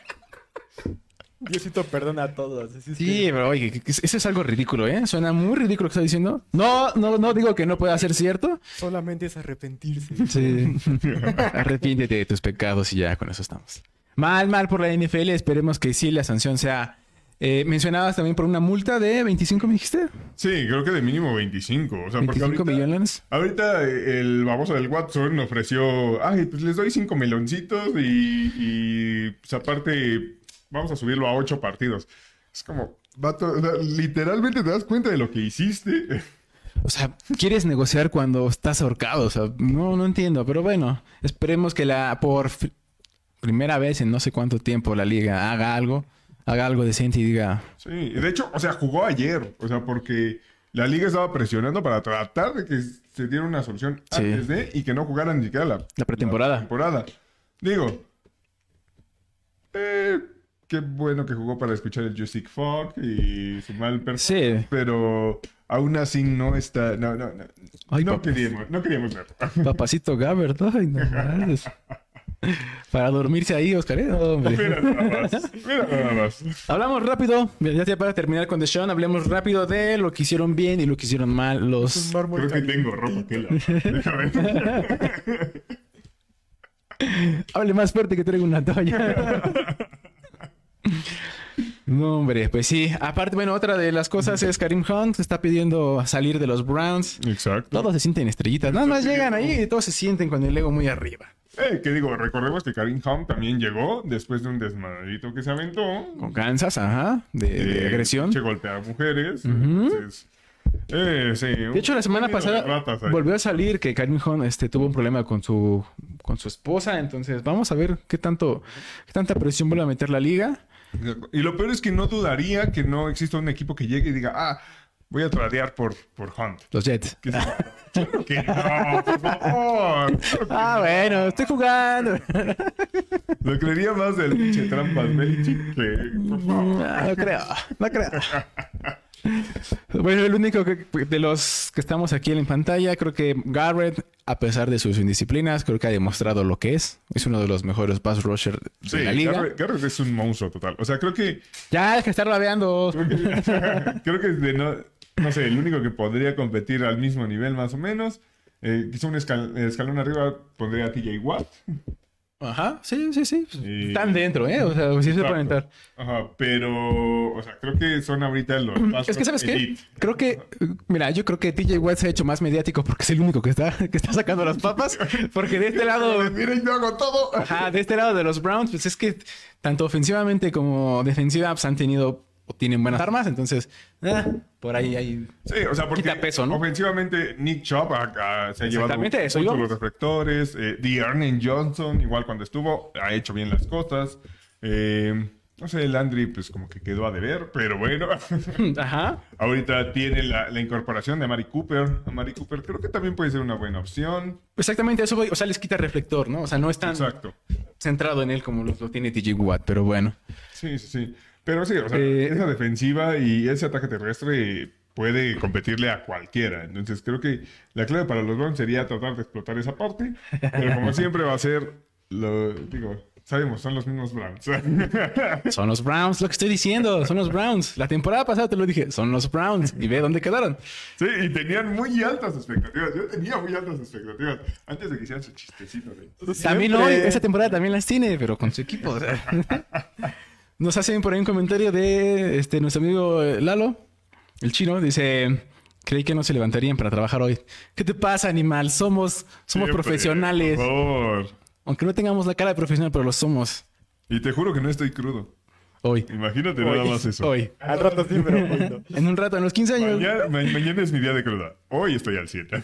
Diosito perdona a todos. Así es Sí, que pero oye, que- que eso es algo ridículo, ¿eh? Suena muy ridículo lo que está diciendo. No, no, no digo que no pueda ser cierto. solamente es arrepentirse. Sí. Arrepiéntete de tus pecados y ya con eso estamos. Mal, mal por la N F L. Esperemos que sí la sanción sea... Eh, mencionabas también por una multa de veinticinco, ¿me dijiste? Sí, creo que de mínimo veinticinco. O sea, porque veinticinco ahorita, millones. ahorita eh, el baboso del Watson ofreció, ay, pues les doy cinco meloncitos y, y pues aparte vamos a subirlo a ocho partidos. Es como, vato, o sea, literalmente te das cuenta de lo que hiciste. O sea, ¿quieres negociar cuando estás ahorcado? O sea, no, no entiendo. Pero bueno, esperemos que la por fi- primera vez en no sé cuánto tiempo la liga haga algo. Haga algo decente y diga... Sí, y de hecho, o sea, jugó ayer. O sea, porque la liga estaba presionando para tratar de que se diera una solución Sí. antes de y que no jugaran ni siquiera la, La pretemporada. la temporada. Digo, eh, qué bueno que jugó para escuchar el Justice Fog y su mal performance, Sí. pero aún así no está, no, no, no, Ay, no papá. queríamos, no queríamos verlo. Papacito Gabbert. Ay, no mames. Para dormirse ahí, Oscar. ¿eh? No, hombre. Mira nada más, mira nada más. Hablamos rápido. Mira, ya para terminar con Deshaun, hablemos rápido de lo que hicieron bien y lo que hicieron mal Un los... mármol Creo que calientito. tengo ropa que la... Déjame. Hable más fuerte que traigo una toalla. No, hombre, pues sí. Aparte, bueno, otra de las cosas es Kareem Hunt está pidiendo salir de los Browns. Exacto. Todos se sienten estrellitas. Nada más llegan ahí y todos se sienten con el ego muy arriba. Eh, que digo, recordemos que Kareem Hunt también llegó después de un desmadrito que se aventó. Con Kansas, ajá, de, de Eh, agresión. Se golpea a mujeres. Ujú. Entonces, Eh, sí. De hecho, la semana pasada volvió a salir que Karim Hunt este, tuvo un problema con su, con su esposa. Entonces, vamos a ver qué tanto, qué tanta presión vuelve a meter la liga. Y lo peor es que no dudaría que no exista un equipo que llegue y diga, ah, voy a tradear por, por Hunt. Los Jets. Que, claro que no, por favor. Claro que Ah, no. bueno, estoy jugando. Lo creería más del pinche trampas Belichick que... Por favor. No, no creo, no creo. Bueno, el único que, de los que estamos aquí en pantalla, creo que Garrett, a pesar de sus indisciplinas, creo que ha demostrado lo que es. Es uno de los mejores pass rusher de Sí, la liga. Garrett, Garrett es un monstruo total. O sea, creo que... Ya, es que estar laveando. Creo que, creo que de no, no sé, el único que podría competir al mismo nivel más o menos. Eh, quizá un escal- escalón arriba pondría a T J Watt. Ajá, sí, sí, sí. Y- Están dentro, ¿eh? O sea, sí se Exacto. pueden entrar. Ajá, pero... O sea, creo que son ahorita los más Es que, ¿sabes qué? elite. Creo que, mira, yo creo que T J Watt se ha hecho más mediático porque es el único que está, que está sacando las papas. Porque de este lado, Miren, yo hago todo. ajá, de este lado de los Browns, pues es que tanto ofensivamente como defensiva pues, han tenido o tienen buenas armas. Entonces, ah, por ahí hay... Sí, o sea, porque Quita peso, ¿no? ofensivamente Nick Chubb ah, ah, se ha llevado Exactamente, eso mucho íbamos. los reflectores. Eh, Dearness Johnson, igual cuando estuvo, ha hecho bien las cosas. Eh, no sé, Landry pues como que quedó a deber, pero bueno. Ajá. Ahorita tiene la, la incorporación de Amari Cooper. Amari Cooper creo que también puede ser una buena opción. Exactamente, eso voy. O sea, les quita reflector, ¿no? O sea, no es tan Exacto. centrado en él como lo, lo tiene T J Watt, pero bueno. Sí, sí, sí. Pero sí, o sea, Eh, esa defensiva y ese ataque terrestre puede competirle a cualquiera. Entonces creo que la clave para los Browns sería tratar de explotar esa parte. Pero como siempre va a ser, lo digo, sabemos, son los mismos Browns. Son los Browns, lo que estoy diciendo, son los Browns. La temporada pasada te lo dije, son los Browns. Y ve dónde quedaron. Sí, y tenían muy altas expectativas. Yo tenía muy altas expectativas antes de que hicieran su chistecito. De... También hoy, esa temporada también las tiene, pero con su equipo. O sea. Nos hacen por ahí un comentario de este, nuestro amigo eh, Lalo, el chino. Dice, creí que no se levantarían para trabajar hoy. ¿Qué te pasa, animal? Somos, somos Siempre, profesionales. Por favor. Aunque no tengamos la cara de profesional, pero lo somos. Y te juro que no estoy crudo. Hoy. Imagínate Hoy. nada más eso. Hoy. Al rato sí, pero hoy no. En un rato, en los quince años. Mañana, ma- mañana es mi día de cruda. Hoy estoy al cien.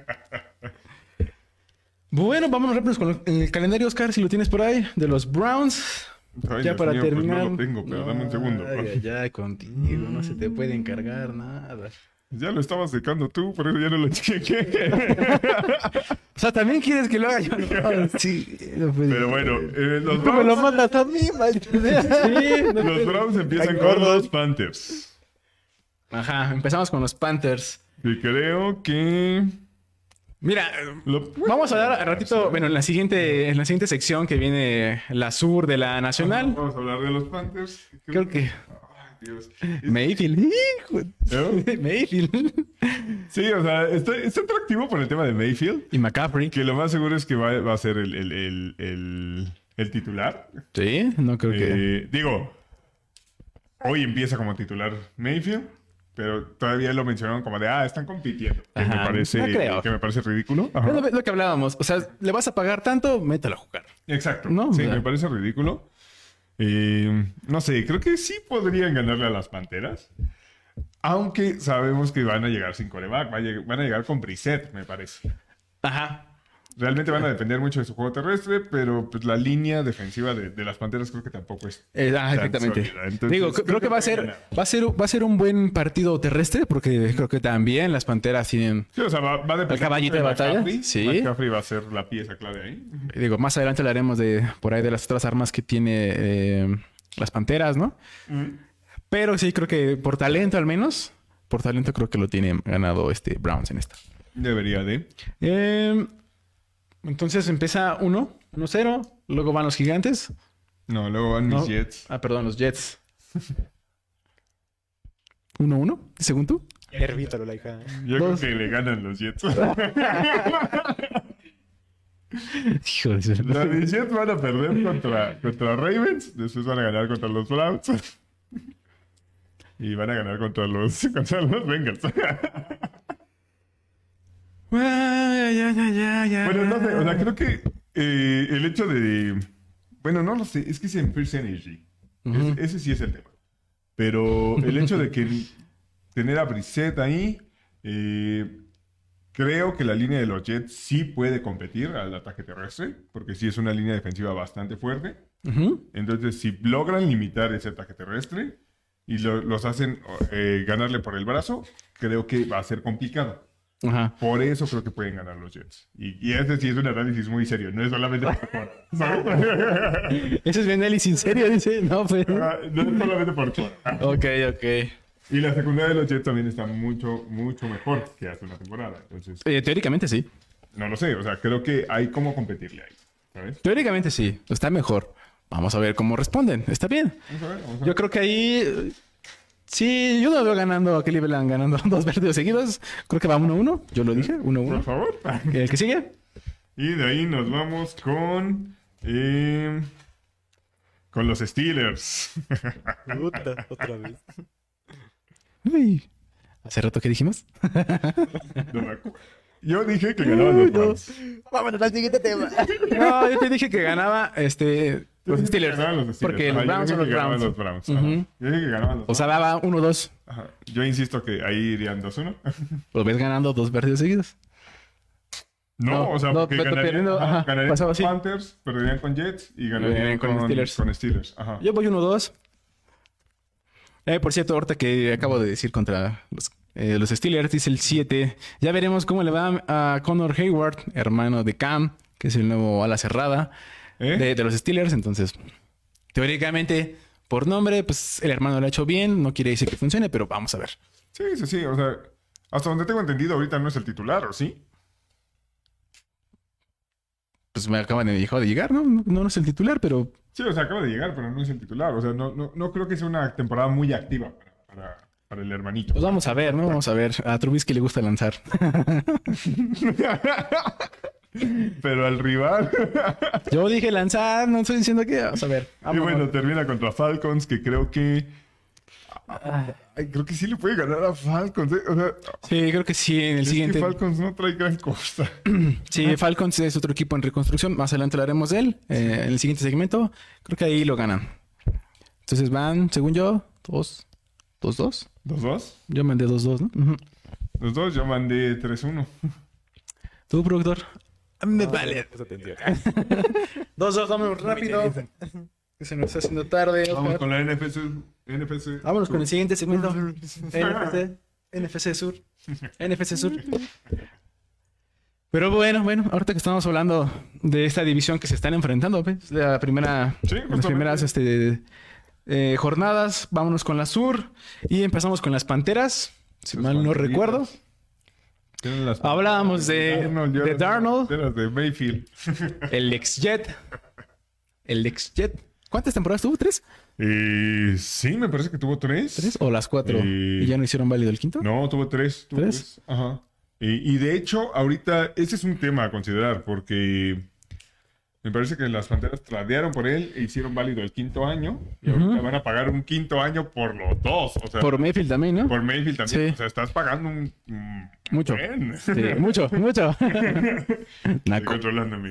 Bueno, vámonos rápido con el calendario, Oscar, si lo tienes por ahí, de los Browns. Ay, Ya Dios para mío, pues terminar. no lo tengo, pero dame un segundo. Ay, ay, ay, contigo, no se te puede encargar nada. Ya lo estabas secando tú, por eso ya no lo chequé. O sea, ¿también quieres que lo haga yo? No, sí, no puede. Pero bueno, eh, los, Tú me lo Browns, mandas a mí, maldita sea. Sí, no los puede. Browns empiezan Ay, con gordos. los Panthers. Ajá, empezamos con los Panthers. Y creo que... Mira, Lo... vamos a hablar a ratito, bueno, en la siguiente, en la siguiente sección que viene la sur de la Nacional. Vamos a hablar de los Panthers. Creo que Ay, Dios. Mayfield, hijo, ¿Eh? Mayfield Sí, o sea, está, está atractivo por el tema de Mayfield. y McCaffrey. Que lo más seguro es que va, va a ser el, el, el, el, el titular. Sí, no creo que. Eh, digo, hoy empieza como titular Mayfield, pero todavía lo mencionaron como de, ah, están compitiendo. Que, me, Ajá, parece, no creo. que me parece ridículo. Ajá. Es lo, lo que hablábamos. O sea, le vas a pagar tanto, mételo a jugar. Exacto. No, sí, o sea. me parece ridículo. Eh, no sé, creo que sí podrían ganarle a las Panteras. Aunque sabemos que van a llegar sin coreback. Va a lleg- van a llegar con Brissett, me parece. Ajá. Realmente van a depender mucho de su juego terrestre, pero pues la línea defensiva de, de las Panteras creo que tampoco es. Eh, ah, tan exactamente. sólida. Entonces, Digo, creo, creo que va a pueden ser, ganar. va a ser, va a ser un buen partido terrestre, porque creo que también las Panteras tienen. Sí, o sea, va, va a depender ¿El caballito mucho de batalla? McCaffrey. Sí. McCaffrey va a ser la pieza clave ahí. Digo, más adelante hablaremos de por ahí de las otras armas que tiene eh, las Panteras, ¿no? Pero sí, creo que por talento al menos, por talento creo que lo tiene ganado este Browns en esta. Debería de. Eh, entonces empieza uno, uno cero, luego van los Gigantes. No, luego van mis No. Jets. Ah, perdón, los Jets. uno uno, según tú. Permítalo, la hija. Yo Dos. creo que le ganan los Jets. Hijo de su- Los mis Jets van a perder contra, contra Ravens. Después van a ganar contra los Browns. Y van a ganar contra los, contra los Bengals. Ay, ya, ya, ya, ya. Bueno, no sé, o sea, creo que eh, el hecho de... Bueno, no lo sé, es que es en First Energy. Ujú. Es- ese sí es el tema. Pero el hecho de que tener a Brissett ahí, Eh, creo que la línea de los Jets sí puede competir al ataque terrestre, porque sí es una línea defensiva bastante fuerte. Ujú. Entonces, si logran limitar ese ataque terrestre y lo- los hacen eh, ganarle por el brazo, creo que va a ser complicado. Ajá. Por eso creo que pueden ganar los Jets. Y, y este sí es un análisis muy serio, no es solamente por cora, ¿sabes? Ese es Benelli, ¿en serio? Dice, no, pues. Ah, no es solamente por cora. Ok, ok. Y la secundaria de los Jets también está mucho, mucho mejor que hace una temporada. Entonces, Eh, teóricamente sí. no lo sé. O sea, creo que hay cómo competirle ahí. ¿Sabes? Teóricamente sí. Está mejor. Vamos a ver cómo responden. Está bien. Vamos a ver, vamos a ver. Yo creo que ahí... eh, Sí, yo no veo ganando a Cleveland ganando dos partidos seguidos. Creo que va uno uno. Yo lo dije, uno Por uno. favor. ¿El que sigue? Y de ahí nos vamos con... eh, con los Steelers. Puta, otra vez. Uy. ¿Hace rato que dijimos? No me acuerdo. Yo dije que ganaban los Browns. Vámonos al siguiente tema. No, yo te dije que ganaba este, los Yo dije que Steelers. ganaban los Steelers. Porque Ajá, los yo Browns dije son los que ganaban Browns. los Browns. Ajá. Ujú. Yo dije que ganaban los O sea, daba uno dos. Ajá. Yo insisto que ahí irían dos uno. Los ves ganando dos partidos seguidos. No, No, o sea, no, porque pero ganarían, perdiendo, ajá, ajá, ganarían pasaba con así. Panthers, perderían con Jets y ganarían Ganarían con, con Steelers. con Steelers. Ajá. Yo voy uno dos. Eh, por cierto, ahorita que acabo de decir contra los, eh, los Steelers, dice el siete. Ya veremos cómo le va a Connor Hayward, hermano de Cam, que es el nuevo ala cerrada ¿Eh? de, de los Steelers. Entonces, teóricamente, por nombre, pues el hermano lo ha hecho bien. No quiere decir que funcione, pero vamos a ver. Sí, sí, sí. O sea, hasta donde tengo entendido, ahorita no es el titular, ¿o sí? Pues me acaban de, de llegar, ¿no? No, no es el titular, pero Sí, o sea, acaba de llegar, pero no es el titular. O sea, no, no, no creo que sea una temporada muy activa para, para, para el hermanito. pues vamos a ver, ¿no? Vamos a ver. A Trubisky le gusta lanzar. Pero al rival. Yo dije lanzar, no estoy diciendo que... Vamos a ver. Y Vámonos. bueno, termina contra Falcons, que creo que. Ay, creo que sí le puede ganar a Falcons. ¿eh? O sea, Sí, creo que sí, en el es siguiente. que Falcons no trae gran cosa. Sí, Falcons es otro equipo en reconstrucción. Más adelante hablaremos de él. eh, en el siguiente segmento. Creo que ahí lo ganan. Entonces van, según yo, dos. ¿Dos, dos? ¿Los dos? Yo mandé dos, dos, ¿no? Ujú. Los dos, yo mandé tres uno. ¿Tú, productor? Me No, vale. Eso tendría. Dos, dos, vámonos rápido. Que se nos está haciendo tarde. Vamos Oscar. con la N F C. N F C. Vámonos con el siguiente segmento. N F C. N F C Sur. N F C Sur. Pero bueno, bueno, ahorita que estamos hablando de esta división que se están enfrentando, ¿ves? La primera, Sí, las justamente. primeras este, eh, jornadas, vámonos con la Sur y empezamos con las Panteras, si Los mal no Panteritas. recuerdo. Tienen las- Hablábamos de- yo de las- Darnold. de las de Mayfield. El ex-Jet. El ex-Jet. ¿Cuántas temporadas tuvo? ¿Tres? Eh, sí, me parece que tuvo tres. ¿Tres o las cuatro? Eh, ¿Y ya no hicieron válido el quinto? No, tuvo tres. Tuvo ¿Tres? tres. Ajá. Y, y de hecho, ahorita, ese es un tema a considerar, porque me parece que las Panteras tradearon por él e hicieron válido el quinto año. Y ahorita Ujú. van a pagar un quinto año por los dos. O sea, Por Mayfield también, ¿no? por Mayfield también. Sí. O sea, estás pagando un. un Mucho. buen. Sí, mucho, mucho. Estoy Naco. controlándome.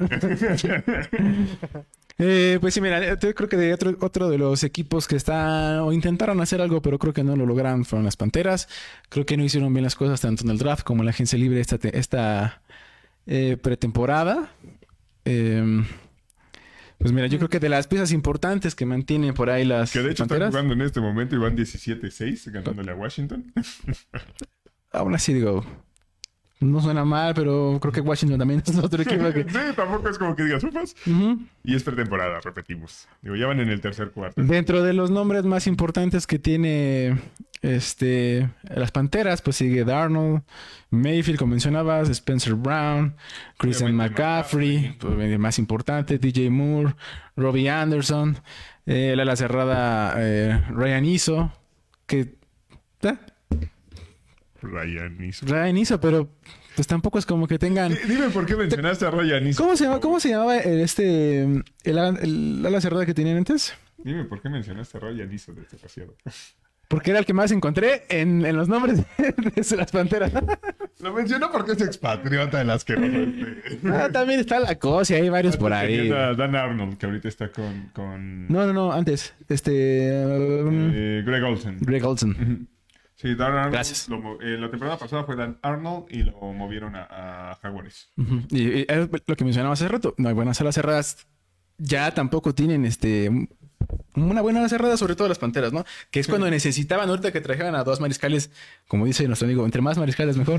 Eh, pues sí, mira, yo creo que de otro, otro de los equipos que está o intentaron hacer algo, pero creo que no lo lograron, fueron las Panteras. Creo que no hicieron bien las cosas tanto en el draft como en la agencia libre esta, te- esta eh, pretemporada. Eh, pues mira, yo creo que de las piezas importantes que mantienen por ahí las Que de hecho están Panteras, jugando en este momento y van diecisiete seis ganándole a Washington. aún así digo, no suena mal, pero creo que Washington también es otro equipo que... Sí, tampoco es como que digas ufas. Ujú. Y es pretemporada, repetimos. Digo, ya van en el tercer cuarto. Dentro de los nombres más importantes que tiene este las Panteras, pues sigue Darnold, Mayfield, como mencionabas, Spencer Brown, Christian Obviamente McCaffrey, McCaffrey. pues, el más importante, D J Moore, Robbie Anderson, eh, la ala cerrada eh, Ryan Iso, que ¿eh? Ryan Niso. Ryan Iso, pero pues tampoco es como que tengan. Dime por qué mencionaste a Ryan Niso. ¿Cómo se llama, cómo se llamaba el, este el, ala- el ala cerrada que tenían antes? Dime por qué mencionaste a Ryan Niso desgraciado. Porque era el que más encontré en, en los nombres de, de las Panteras. Lo menciono porque es expatriota de las que... Ah, también está la cosa, hay varios por ahí. Dan Arnold, que ahorita está con, con No, no, no, antes. Este. um, eh, Greg Olsen. Greg Olson. Ujú. Sí, Dan Arnold. Gracias. Lo mo- eh, la temporada pasada fue Dan Arnold y lo movieron a, a Jaguares. Ujú. Y, y es lo que mencionaba hace rato. No hay buenas alas cerradas. Ya tampoco tienen este un- una buena ala cerrada, sobre todo las Panteras, ¿no? Que es cuando necesitaban ahorita que trajeran a dos mariscales, como dice nuestro amigo, entre más mariscales mejor.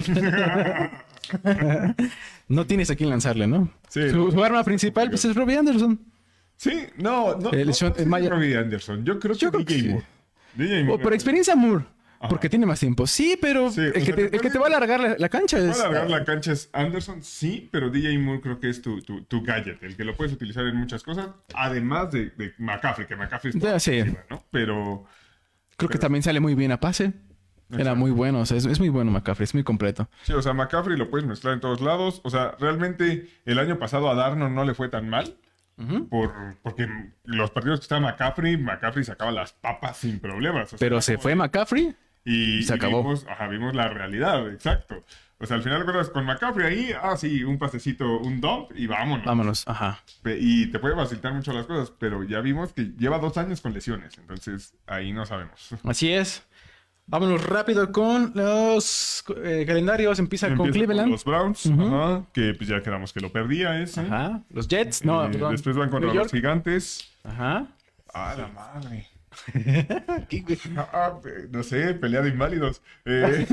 No tienes a quién lanzarle, ¿no? Sí. Su, su arma principal pues es Robbie Anderson. Sí, no, no. El no, Sean- no sé el si Maya- Robbie Anderson. Yo creo que Yo creo D J que sí. Moore. D J O Moore. por experiencia Moore. Ajá. Porque tiene más tiempo. Sí, pero Sí, el, o que sea, te, te el que te puede- va a alargar la, la cancha es... Para alargar la cancha es Anderson, sí, pero D J Moore creo que es tu, tu, tu gadget, el que lo puedes utilizar en muchas cosas, además de, de McCaffrey, que McCaffrey es Ya, sí. ofensiva, ¿no? Pero Creo que también sale muy bien a pase. Era Exacto. muy bueno. O sea, es, es muy bueno McCaffrey. Es muy completo. sí, o sea, McCaffrey lo puedes mezclar en todos lados. O sea, realmente el año pasado a Darnold no le fue tan mal. Ujú. Por, porque los partidos que estaba McCaffrey, McCaffrey sacaba las papas sin problemas. O sea, Pero se fue McCaffrey. y, se y acabó. Vimos, ajá, vimos la realidad, exacto. O sea, al final, ¿recuerdas? Con McCaffrey ahí, ah, sí, un pasecito, un dump y vámonos. Vámonos. Ajá. Pe- Y te puede facilitar mucho las cosas, pero ya vimos que lleva dos años con lesiones, entonces ahí no sabemos. Así es. Vámonos rápido con los eh, calendarios. Empieza con Empieza Cleveland. los Browns, Ujú. ajá, que pues ya quedamos que lo perdía ese. Ajá. Los Jets. No, Eh, perdón. después van contra New los York. Gigantes. Ajá. ¡Ah, la madre! Ah, eh, no sé, pelea de inválidos. Eh,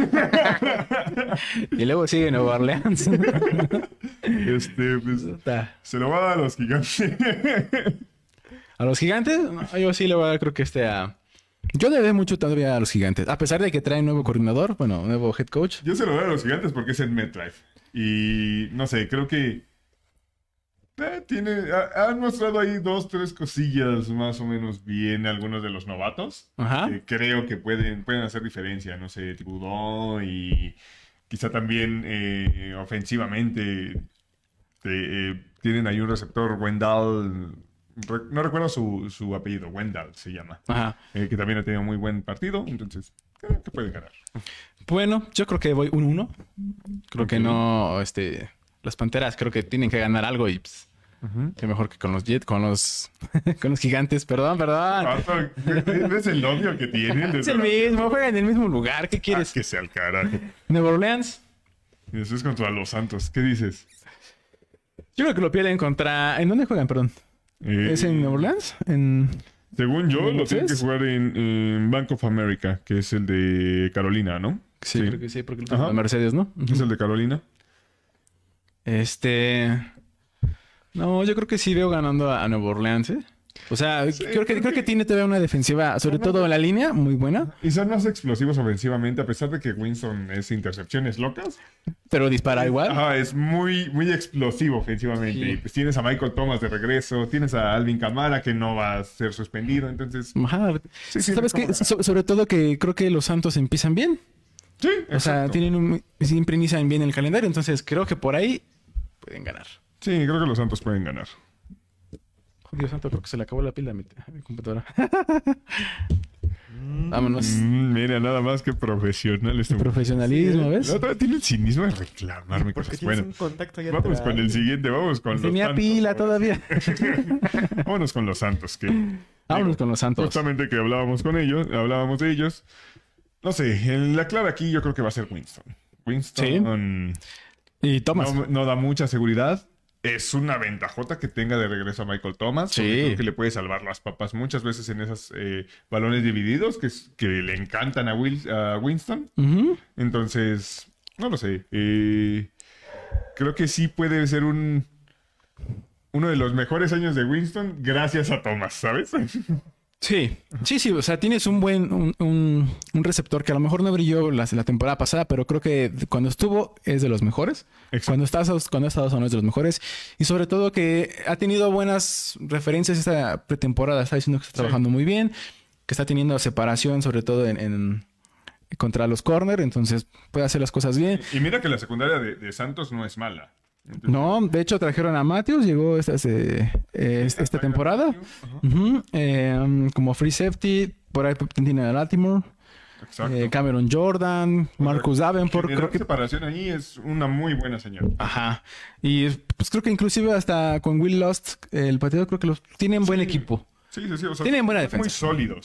Y luego sigue Nueva Orleans. este, pues, Puta. se lo va a dar a los Gigantes. ¿A los gigantes? No, yo sí le voy a dar, creo que este a... Yo le doy mucho todavía a los gigantes. A pesar de que traen nuevo coordinador, bueno, nuevo head coach. Yo se lo doy a los Gigantes porque es el MetLife. Y no sé, creo que eh, tiene, ha- han mostrado ahí dos, tres cosillas más o menos bien algunos de los novatos. Ajá. Que creo que pueden, pueden hacer diferencia. No sé, Thibodeau y quizá también eh, ofensivamente eh, eh, tienen ahí un receptor, Wendell. re- No recuerdo su, su apellido, Wendell se llama. Ajá. eh, que también ha tenido muy buen partido. Entonces, creo que pueden ganar. Bueno, yo creo que voy un uno. Creo que Ok. no, este... Las Panteras creo que tienen que ganar algo y pues, qué mejor que con los Jets, con los... con los gigantes. Perdón, perdón. Pato, ¿ves el odio que tienen? Es el mismo, juegan en el mismo lugar. ¿Qué quieres? Ah, que sea el carajo. Nueva Orleans. Y después contra los Santos. ¿Qué dices? Yo creo que lo pierden contra... ¿En dónde juegan, perdón? Eh, ¿Es en Nueva Orleans? En... Según yo, lo ¿Los tienen que es? jugar en, en Bank of America, que es el de Carolina, ¿no? Sí, creo que sí, porque Ajá. la Mercedes, ¿no? Es el de Carolina. Este... No, yo creo que sí veo ganando a a Nueva Orleans, ¿eh? O sea, creo, que, creo creo que- que tiene todavía una defensiva, sobre todo en la línea, muy buena. Y son más explosivos ofensivamente, a pesar de que Winston es intercepciones locas. Pero dispara igual. Ajá, es muy, muy explosivo ofensivamente. Sí. Y pues tienes a Michael Thomas de regreso, tienes a Alvin Kamara que no va a ser suspendido, entonces... Ajá. Sí, sí, ¿Sabes ¿cómo qué? ganar? So- sobre todo que creo que los Santos empiezan bien. Sí, O sea, exacto. tienen un, siempre inician bien el calendario, entonces creo que por ahí pueden ganar. Sí, creo que los Santos pueden ganar. Dios santo, creo que se le acabó la pila a mi, a mi computadora. Vámonos. Mm, mira, nada más que profesional este Profesionalismo, muchacho. ¿ves? La otra tiene el cinismo de reclamarme Porque cosas. tienes Bueno, un contacto ya vamos atrás. con el siguiente, vamos con los Tenía Santos. pila ahora. todavía. Vámonos con los Santos, que Vámonos digo, con los Santos. justamente que hablábamos con ellos, hablábamos de ellos. No sé, el- la clave aquí yo creo que va a ser Winston. Winston Y Thomas. no, no da mucha seguridad. Es una ventajota que tenga de regreso a Michael Thomas. Sí. porque creo que le puede salvar las papas muchas veces en esos eh, balones divididos que, es- que le encantan a, Will- a Winston. Ujú. Entonces, no lo sé. Eh, creo que sí puede ser un uno de los mejores años de Winston gracias a Thomas, ¿sabes? Sí, sí, sí. O sea, tienes un buen, un, un- un receptor que a lo mejor no brilló la, la temporada pasada, pero creo que cuando estuvo es de los mejores. Exacto. Cuando estás, cuando ha estado no es de los mejores. Y sobre todo que ha tenido buenas referencias esta pretemporada. Está diciendo que está Sí. trabajando muy bien, que está teniendo separación, sobre todo en, en- contra los corner. Entonces puede hacer las cosas bien. Y mira que la secundaria de, de Santos no es mala. Entonces, No, de hecho trajeron a Matthews, llegó esta, eh, eh, esta temporada. Ajá, Ujú, eh, como free safety, por ahí tiene a Latimore, exacto. eh, Cameron Jordan, Marcus Davenport, Generar creo que... separación ahí es una muy buena señal. Ajá. Y pues creo que inclusive hasta con Will Lost, el partido creo que los tienen buen Sí. equipo. Sí, sí, sí. O sea, Tienen buena son defensa. Muy sólidos.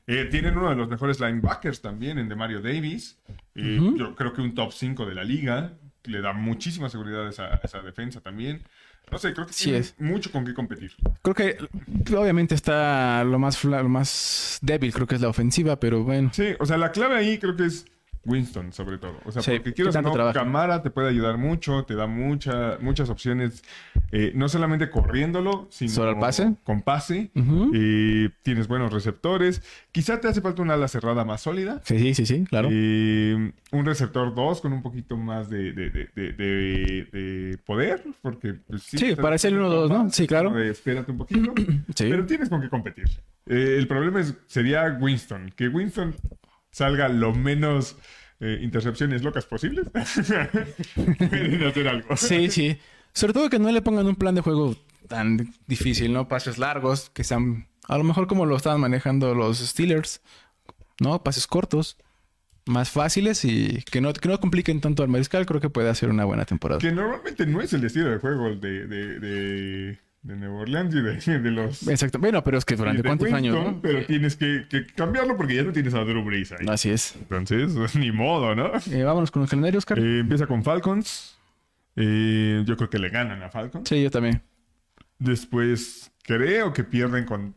Eh, tienen uno de los mejores linebackers también en Demario Davis. Eh, Ujú. Yo creo que un top cinco de la liga. Le da muchísima seguridad a esa, a esa defensa también. No sé, creo que Sí tiene es. mucho con qué competir. Creo que obviamente está lo más, fla- lo más débil, creo que es la ofensiva, pero bueno. Sí, o sea, la clave ahí creo que es Winston, sobre todo. O sea, Sí, porque ¿qué quieras o tanto no, trabaja? Camara te puede ayudar mucho, te da mucha, muchas opciones, eh, no solamente corriéndolo, sino ¿Solo al pase? con pase. Ujú. Eh, tienes buenos receptores. Quizá te hace falta una ala cerrada más sólida. Sí, sí, sí, sí, claro. Eh, un receptor dos con un poquito más de, de, de, de, de- de poder, porque pues, Sí, estás- para ser el uno dos, ¿no? Sí, claro. como de, espérate un poquito, Sí. pero tienes con qué competir. Eh, el problema es, sería Winston, que Winston salga lo menos eh, intercepciones locas posibles. Pueden hacer algo. Sí, sí. Sobre todo que no le pongan un plan de juego tan difícil, ¿no? Pases largos, que sean a lo mejor como lo estaban manejando los Steelers, ¿no? Pases cortos, más fáciles y que no, que no compliquen tanto al mariscal. Creo que puede hacer una buena temporada. Que normalmente no es el estilo de juego de, de, de, de Nueva Orleans y de, de los... Exacto. Bueno, pero es que durante de cuántos Winston, años, ¿no? Pero tienes que, que cambiarlo porque ya no tienes a Drew Brees ahí. Así es. Entonces, ni modo, ¿no? Eh, vámonos con el calendario, Oscar. Eh, empieza con Falcons. Eh, yo creo que le ganan a Falcons. Sí, yo también. Después creo que pierden con...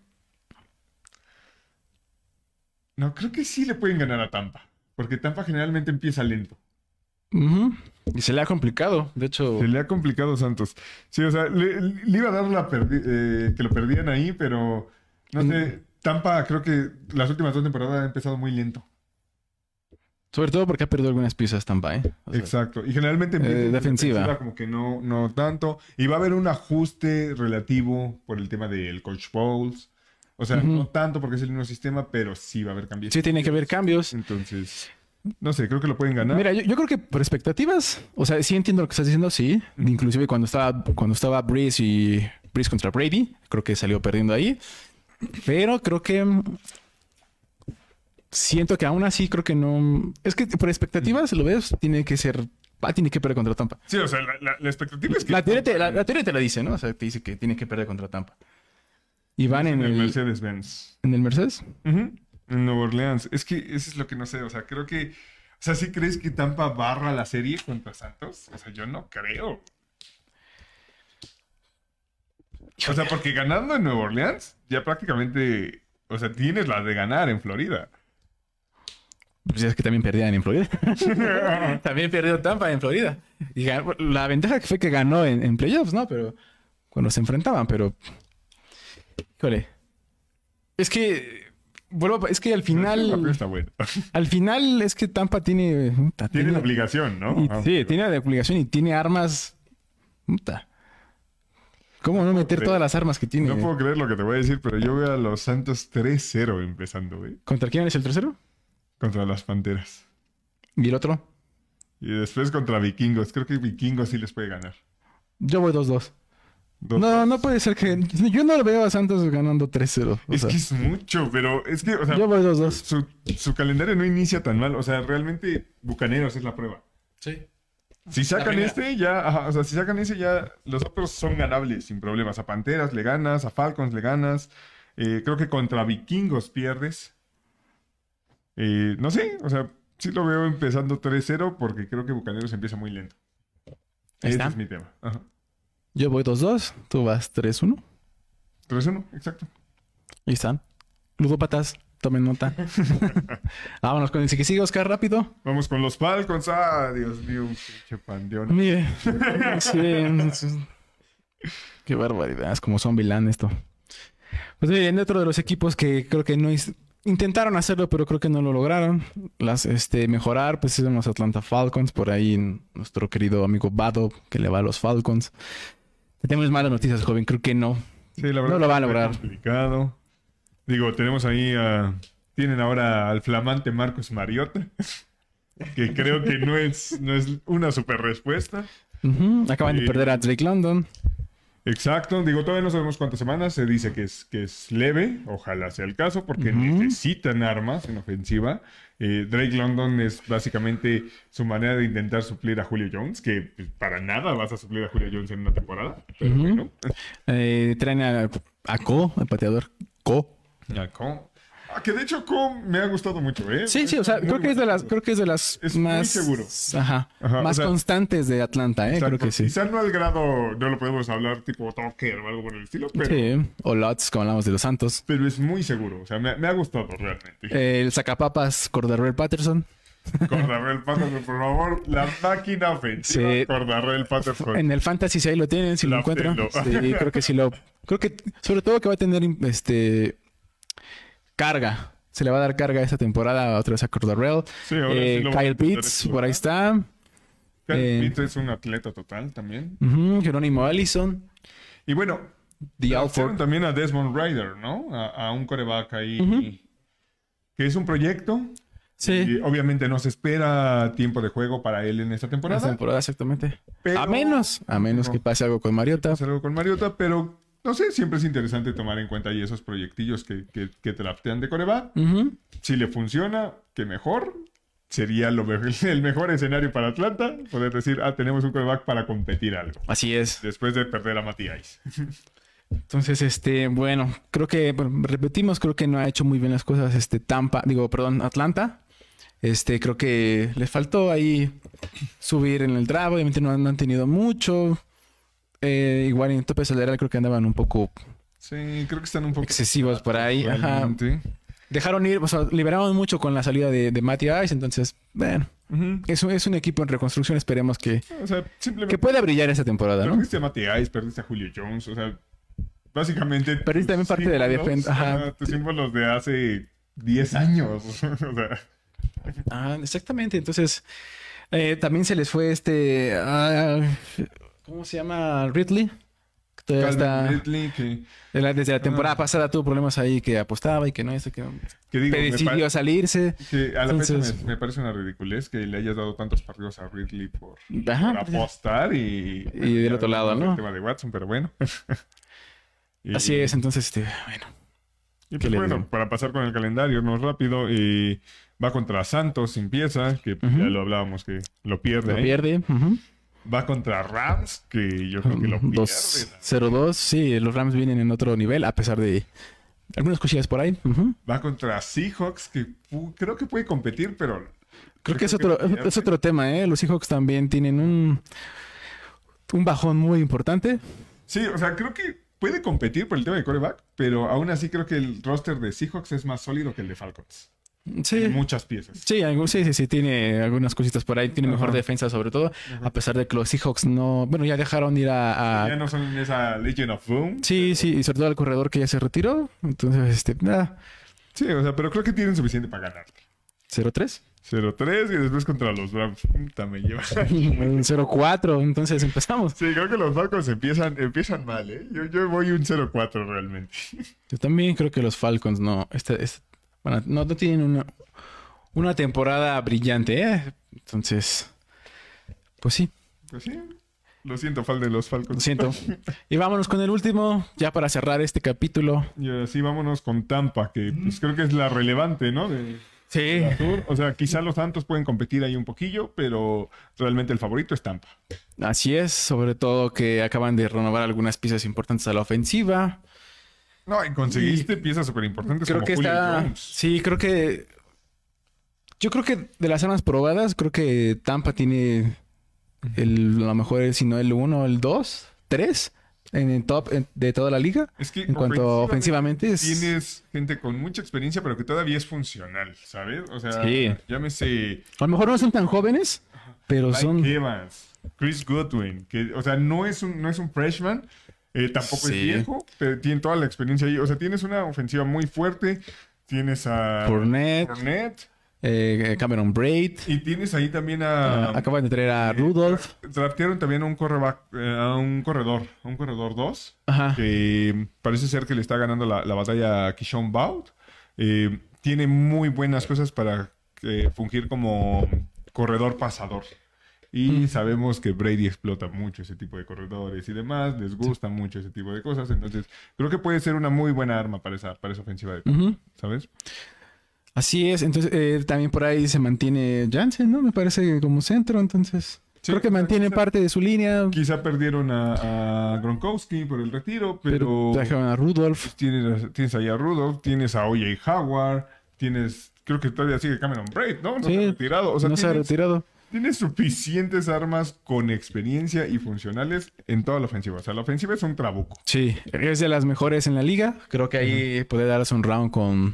No, creo que sí le pueden ganar a Tampa. Porque Tampa generalmente empieza lento. Ujú. Y se le ha complicado. De hecho, Se le ha complicado a Santos. Sí, o sea, le, le iba a dar la perdi- eh, que lo perdían ahí, pero no sé. Tampa creo que las últimas dos temporadas ha empezado muy lento. sobre todo porque ha perdido algunas piezas Tampa, ¿eh? O sea, Exacto. Y generalmente empieza Eh, en defensiva. como que no, no tanto. Y va a haber un ajuste relativo por el tema del Coach Bowles. O sea, Ujú. no tanto porque es el mismo sistema, pero sí va a haber cambios. sí tiene que haber cambios. Entonces, no sé, creo que lo pueden ganar. Mira, yo, yo creo que por expectativas, o sea, sí entiendo lo que estás diciendo, sí. Inclusive cuando estaba, cuando estaba Breeze y Breeze contra Brady, creo que salió perdiendo ahí. Pero creo que mm, siento que aún así creo que no. Es que por expectativas, lo ves, tiene que ser. Ah, tiene que perder contra Tampa. Sí, o sea, la, la- la expectativa es que... La teoría, te, la, la teoría te la dice, ¿no? O sea, te dice que tiene que perder contra Tampa. Y van en en el el, Mercedes-Benz. en el Mercedes. Ujú. En Nueva Orleans. Es que eso es lo que no sé. O sea, creo que... O sea, ¿sí crees que Tampa barra la serie contra Santos? O sea, yo no creo. O sea, porque ganando en Nueva Orleans, ya prácticamente... O sea, tienes la de ganar en Florida. Pues es que también perdían en Florida. También perdió Tampa en Florida. Y ganó- la ventaja fue que ganó en, en playoffs, ¿no? Pero cuando se enfrentaban, pero... Híjole. Es que... Vuelvo a- es que al El papel final... está bueno. Al final es que Tampa tiene... puta, Tiene la obligación, ¿no? y- Ah, sí, pero- tiene la obligación y tiene armas... puta. ¿Cómo no meter todas las armas que tiene? No puedo creer lo que te voy a decir, pero yo veo a los Santos tres cero empezando, güey. ¿Contra quién es el tercero? Contra las Panteras. ¿Y el otro? Y después contra Vikingos. Creo que Vikingos sí les puede ganar. Yo voy dos dos. Dos- No, no puede ser que... Yo no lo veo a Santos ganando tres cero. O Es sea, que es mucho, pero es que, o sea, yo voy dos dos. su, su calendario no inicia tan mal. O sea, realmente Bucaneros es la prueba. Sí. Si sacan primera. este, ya, ajá, o sea, si sacan ese, ya los otros son ganables sin problemas. A Panteras le ganas, a Falcons le ganas. Eh, creo que contra Vikingos pierdes. Eh, no sé, o sea, sí lo veo empezando tres cero porque creo que Bucaneros empieza muy lento. Ahí Ese está. es mi tema. Ajá. Yo voy dos dos, tú vas tres uno. tres uno, exacto. Ahí están. Ludópatas, tomen nota. Vámonos con el que sigue, Oscar, rápido. Vamos con los Falcons. Ah, Dios mío, un pinche panteón. Mire. Sí, sí. Qué barbaridad, es como Zombieland esto. Pues miren, dentro de los equipos que creo que no is- intentaron hacerlo, pero creo que no lo lograron. Las, este, mejorar, pues son los Atlanta Falcons. Por ahí nuestro querido amigo Vado, que le va a los Falcons. Tenemos malas noticias, joven. Creo que no. Sí, la verdad. No lo va a está lograr. complicado. Digo, tenemos ahí a... Tienen ahora al flamante Marcus Mariota, que creo que no es, no es una super respuesta. Ujú. Acaban de Sí. perder a Drake London. Exacto. Digo, todavía no sabemos cuántas semanas. Se dice que es, que es leve. Ojalá sea el caso, porque Ujú. necesitan armas en ofensiva. Eh, Drake London es básicamente su manera de intentar suplir a Julio Jones, que pues, para nada vas a suplir a Julio Jones en una temporada. Pero Ujú. bueno. Eh, traen a, a Co, el pateador Co. Ya, ¿cómo? que de hecho Com me ha gustado mucho, ¿eh? Sí, sí, o sea, Muy creo que es de las, bueno. creo que es de las Es muy más seguro. Ajá, Ajá, más o sea, constantes de Atlanta, eh, Exacto. creo que sí. Quizá no al grado, no lo podemos hablar tipo Docker o algo por el estilo, pero, Sí, o Lots, como hablamos de los Santos. pero es muy seguro. O sea, me, me ha gustado realmente. El sacapapas Cordarrelle Patterson. Cordarrelle Patterson, por favor. La máquina ofensiva. Sí. Cordarrelle Patterson. En el Fantasy, si ahí lo tienen, si lo La encuentran. tengo. Sí, creo que sí lo... Creo que, sobre todo que va a tener, este... carga. Se le va a dar carga esta temporada otra vez a Cordarrelle. Sí, ahora Eh, sí lo voy a Kyle intentar Pitts, explotar. por ahí está. Kyle eh, Pitts es un atleta total también. Ujú, Jerónimo Allison. Y bueno, The draftearon Alford. también a Desmond Ryder, ¿no? A, a un coreback ahí. Ujú. Que es un proyecto. Sí. Y obviamente no se espera tiempo de juego para él en esta Esta temporada. temporada, exactamente. Pero- A menos, a menos No. que pase algo con Mariota. Hacer algo con Mariota, pero no sé, siempre es interesante tomar en cuenta ahí esos proyectillos que, que, que draftean de coreback. Ujú. Si le funciona, que mejor. Sería lo me- el mejor escenario para Atlanta. Poder decir, ah, tenemos un coreback para competir algo. Así es. Después de perder a Matías. Entonces, este, bueno, creo que, bueno, repetimos, creo que no ha hecho muy bien las cosas, este, Tampa, digo, perdón, Atlanta. Este, creo que les faltó ahí subir en el draft, obviamente no, han- no han tenido mucho. Eh, igual en tope salarial creo que andaban un poco Sí, creo que están un poco excesivos por ahí. Ajá. realmente. Dejaron ir, o sea, liberaron mucho con la salida de, de Matty Ice, entonces, bueno, Ujú. es un, es un equipo en reconstrucción, esperemos que, O sea, simplemente que pueda brillar esta temporada, ¿no? perdiste a Matías, perdiste a Julio Jones. O sea, básicamente. Perdiste también tus parte de la símbolos, defensa, ajá. ajá, tus símbolos de hace diez años. O sea, Ah, exactamente. Entonces, eh, también se les fue este. ah, ¿cómo se llama? Ridley. Que todavía está. Calvin Ridley, que, de la- desde la temporada Ah. pasada tuvo problemas ahí que apostaba y que no, eso que que digo, me decidió pare- salirse. que a la Entonces- fecha me, me parece una ridiculez que le hayas dado tantos partidos a Ridley por, Ajá, por apostar y... Y del ya otro lado, hablamos ¿no? del tema de Watson, pero bueno. Y- Así es, entonces, este, bueno. Y ¿Qué pues le bueno, digo? para pasar con el calendario, no rápido, y va contra Santos sin pieza, que pues, Ujú. ya lo hablábamos que lo pierde. Lo ahí. pierde. Ujú. Va contra Rams, que yo creo que lo pierde. dos cero dos. Sí, los Rams vienen en otro nivel, a pesar de algunas cosillas por ahí. Ujú. Va contra Seahawks, que pu- creo que puede competir, pero... Creo que es yo otro, lo pierde. es otro tema, ¿eh? Los Seahawks también tienen un, un bajón muy importante. Sí, o sea, creo que puede competir por el tema de quarterback, pero aún así creo que el roster de Seahawks es más sólido que el de Falcons. Sí. En muchas piezas. Sí, algo- sí, sí, sí, tiene algunas cositas por ahí. Tiene mejor Ajá. defensa, sobre todo. A pesar de que los Seahawks no. Bueno, ya dejaron ir a. a- Ya no son esa Legion of Boom. Sí, sí, y sobre todo al corredor que ya se retiró. Entonces, este. Ah, Sí, o sea, pero creo que tienen suficiente para ganar. cero tres. cero tres y después contra los Rams. Puta, me lleva. cero cuatro. Entonces empezamos. Sí, creo que los Falcons empiezan, empiezan mal, ¿eh? Yo, yo voy un cero cuatro realmente. Yo también creo que los Falcons no. Este, este- bueno, no, no tienen una, una temporada brillante, ¿eh? Entonces. Pues sí, Pues sí, lo siento, fan de los lo Falcons. siento. Y vámonos con el último, ya para cerrar este capítulo. Y así vámonos con Tampa, que pues creo que es la relevante, ¿no? De, Sí. de la Sur. O sea, quizá los Santos pueden competir ahí un poquillo, pero realmente el favorito es Tampa. Así es, sobre todo que acaban de renovar algunas piezas importantes a la ofensiva. No, y conseguiste piezas súper importantes Creo como que Julio está. Jones. Sí, creo que. Yo creo que de las armas probadas, creo que Tampa tiene el, a lo mejor, el, si no el uno, el dos, tres en el top en- de toda la liga. Es que En cuanto ofensivamente es- tienes gente con mucha experiencia, pero que todavía es funcional, ¿sabes? O sea, Sí. llámese A lo mejor no son tan jóvenes, pero Mike son. Evans, Chris Goodwin, que, o sea, no es un, no es un freshman, eh, tampoco Sí. es viejo, pero tiene toda la experiencia ahí. O sea, tienes una ofensiva muy fuerte, tienes a Fournette, Fournette, eh, Cameron Braid. y tienes ahí también a... Ah, acaban de traer a eh, Rudolph. Draftearon también a un, cornerback, eh, a un corredor, a un corredor dos, Ajá. que parece ser que le está ganando la, la batalla a Kishon Bout. Eh, tiene muy buenas cosas para eh, fungir como corredor pasador. Y Mm. sabemos que Brady explota mucho ese tipo de corredores y demás, les gusta mucho ese tipo de cosas, entonces creo que puede ser una muy buena arma para esa, para esa ofensiva de Ujú. ¿sabes? Así es, entonces eh, también por ahí se mantiene Jansen, ¿no? Me parece como centro, entonces. Sí, Creo que o sea, mantienen quizá- parte de su línea, Quizá perdieron a, a Gronkowski por el retiro, pero pero trajeron a Rudolph. tienes, tienes ahí a Rudolph, tienes a O J Howard, tienes, creo que todavía sigue Cameron Braid, ¿no? No se Sí, ha retirado. O sea, no se ha tienes, retirado. tienes suficientes armas con experiencia y funcionales en toda la ofensiva. O sea, la ofensiva es un trabuco. Sí, es de las mejores en la liga. Creo que ahí puede darse un round con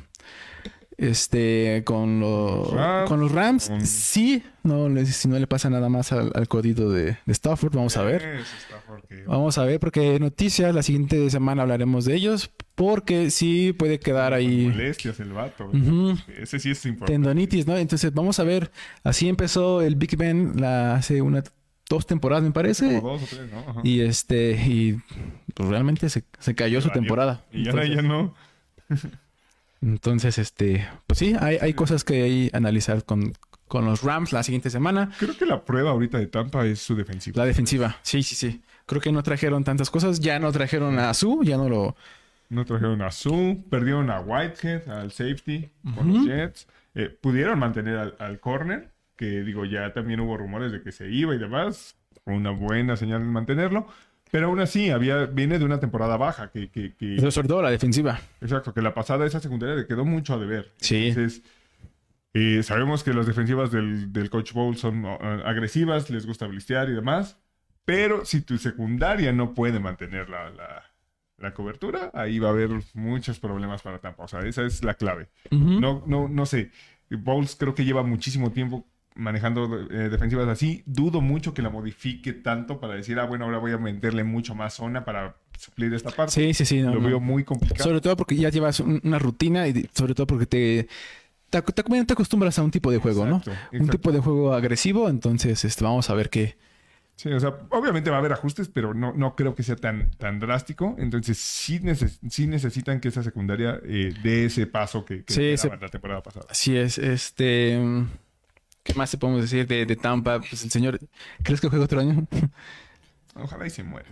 este con los Rams, con los Rams. con- Sí, no le, si no le pasa nada más al, al codito de, de Stafford, vamos a ver. Eso está porque- Vamos a ver porque noticias, la siguiente semana hablaremos de ellos porque sí puede quedar ahí Molestias el vato. Ujú. Ese sí es importante. tendonitis, ¿no? Entonces vamos a ver, así empezó el Big Ben la, hace una dos temporadas me parece. Como dos o tres, ¿no? Ajá. Y este, y pues realmente se, se cayó su valió. temporada. Y ahora ya no. Entonces, este, pues sí, hay, hay cosas que hay analizar con, con los Rams la siguiente semana. Creo que la prueba ahorita de Tampa es su defensiva. La defensiva, sí, sí, sí. Creo que no trajeron tantas cosas. Ya no trajeron a Su, ya no lo... No trajeron a Sue, perdieron a Whitehead, al safety, con los Ujú. Jets. Eh, pudieron mantener al, al corner, que digo, ya también hubo rumores de que se iba y demás. Fue una buena señal de mantenerlo. Pero aún así, había, viene de una temporada baja, que, que, que- Pero sobre todo la defensiva. exacto, que la pasada esa secundaria le quedó mucho a deber. Sí. Entonces, eh, sabemos que las defensivas del, del Coach Bowl son uh, agresivas, les gusta blistear y demás. Pero si tu secundaria no puede mantener la, la, la cobertura, ahí va a haber muchos problemas para Tampa. O sea, esa es la clave. Ujú. No, no, no sé. Bowles creo que lleva muchísimo tiempo manejando eh, defensivas así. Dudo mucho que la modifique tanto para decir, ah, bueno, ahora voy a meterle mucho más zona para suplir esta parte. Sí, sí, sí. no, Lo no. veo muy complicado. Sobre todo porque ya llevas un- una rutina y de- sobre todo porque te, te, ac- te- te acostumbras a un tipo de juego, Exacto, ¿no? Un exacto. tipo de juego agresivo. Entonces, este, vamos a ver qué. Sí, o sea, obviamente va a haber ajustes, pero no, no creo que sea tan, tan drástico. Entonces, sí, neces- sí necesitan que esa secundaria eh, dé ese paso que, que Sí, esperaban se- la temporada pasada. Así es, este... mm, ¿Qué más te podemos decir de, de Tampa? Pues el señor... ¿Crees que juega otro año? Ojalá y se muera.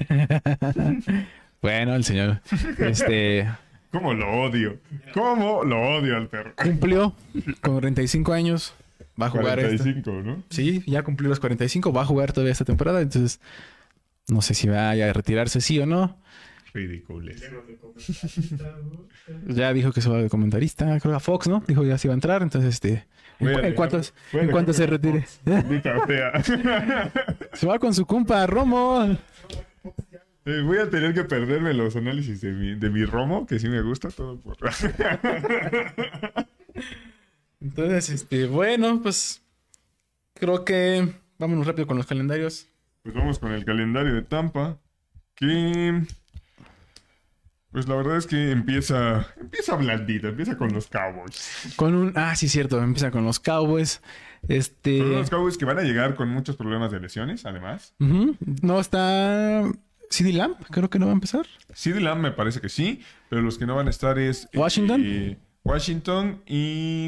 Bueno, el señor... Este... ¿Cómo lo odio? ¿Cómo lo odio al perro? Cumplió con cuarenta y cinco años. Va a jugar cuarenta y esta. cinco, ¿no? Sí, ya cumplió los cuarenta y cinco. Va a jugar todavía esta temporada. Entonces, no sé si vaya a retirarse sí o no. Ridículos. Ya dijo que se va de comentarista. Creo que a Fox, ¿no? Dijo que ya se iba a entrar. Entonces, este... Voy a En, cu- en dejar- cuanto, voy a en cuanto se dejar que retire. Maldita sea. Se va con su compa, Romo. Eh, voy a tener que perderme los análisis de mi, de mi Romo, que sí me gusta todo por... Entonces, este, bueno, pues creo que vámonos rápido con los calendarios. Pues vamos con el calendario de Tampa, que... Pues la verdad es que empieza, empieza blandito, empieza con los Cowboys. Con un, ah, sí, cierto, empieza con los Cowboys. Este, Son los Cowboys que van a llegar con muchos problemas de lesiones, además. ujú, no está CeeDee Lamb, creo que no va a empezar. CeeDee Lamb me parece que sí, pero los que no van a estar es... eh, ¿Washington? eh, Washington y...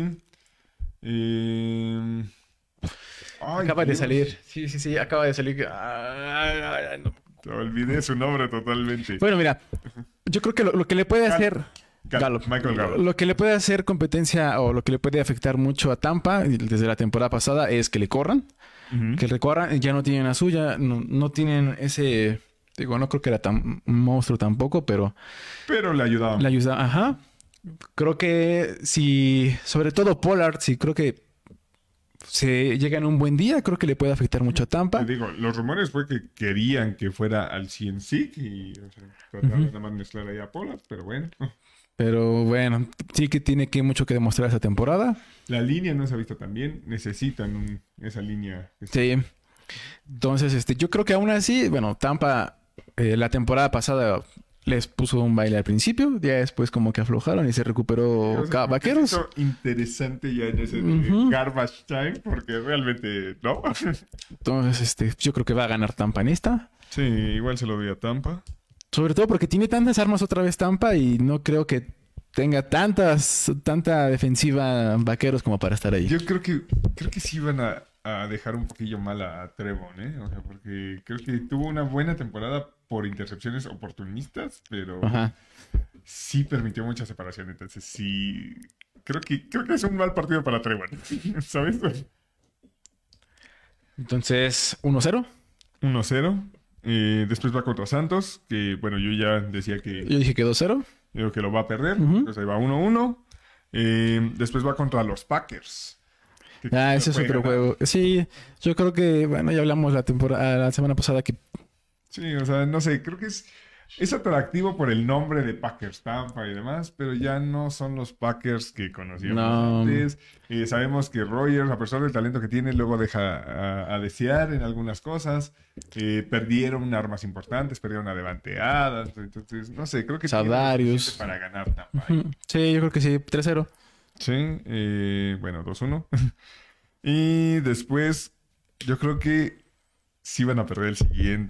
eh, ay, Acaba de Dios, salir. Sí, sí, sí, acaba de salir. Ah, no. te olvidé su nombre totalmente. Bueno, mira, yo creo que lo, lo que le puede Gal- hacer Gal- Gallup. Michael Gallup. Lo que le puede hacer competencia o lo que le puede afectar mucho a Tampa desde la temporada pasada es que le corran. Ujú. Que le corran, ya no tienen la suya, no, no tienen ese... Digo, no creo que era tan un monstruo tampoco, pero Pero le ayudaba. le ayuda. Ajá. Creo que si... Sobre todo Pollard, si creo que se llega en un buen día, creo que le puede afectar mucho a Tampa. Te digo, los rumores fue que querían que fuera al C N C y o sea, trataron de nada más mezclar ahí a Pollard, pero bueno. Pero bueno, sí que tiene que mucho que demostrar esa temporada. La línea no se ha visto tan bien. Necesitan un- esa línea. que Sí. Entonces, este, yo creo que aún así, bueno, Tampa eh, la temporada pasada les puso un baile al principio, ya después como que aflojaron y se recuperó O sea, ca- como que Vaqueros. se hizo interesante ya en ese de Ujú. garbage time, porque realmente no. Entonces, este, yo creo que va a ganar Tampa en esta. Sí, igual se lo doy a Tampa. Sobre todo porque tiene tantas armas otra vez Tampa y no creo que tenga tantas, tanta defensiva Vaqueros como para estar ahí. Yo creo que creo que sí van a, a dejar un poquillo mal a, a Trevon, ¿eh? O sea, porque creo que tuvo una buena temporada por intercepciones oportunistas, pero Ajá. sí permitió mucha separación. Entonces sí, creo que creo que es un mal partido para Trevon, ¿sabes? Entonces, uno cero. uno cero. Eh, después va contra Santos, que bueno, yo ya decía que, Yo dije que dos cero. digo que lo va a perder. Ujú. Entonces ahí va uno uno. Eh, después va contra los Packers. que Ah, ese es puede otro ganar. juego. Sí, yo creo que, bueno, ya hablamos la temporada, la semana pasada que Sí, o sea, no sé, creo que es, es atractivo por el nombre de Packers Tampa y demás, pero ya no son los Packers que conocíamos No. antes. Eh, sabemos que Rogers, a pesar del talento que tiene, luego deja a, a desear en algunas cosas. Eh, perdieron armas importantes, perdieron a Devante Adams. Entonces, no sé, creo que tiene lo Sadarius. suficiente para ganar Tampa. ahí. Ujú. Sí, yo creo que sí, tres cero. Sí, eh, bueno, dos uno. Y después, yo creo que sí van a perder el siguiente.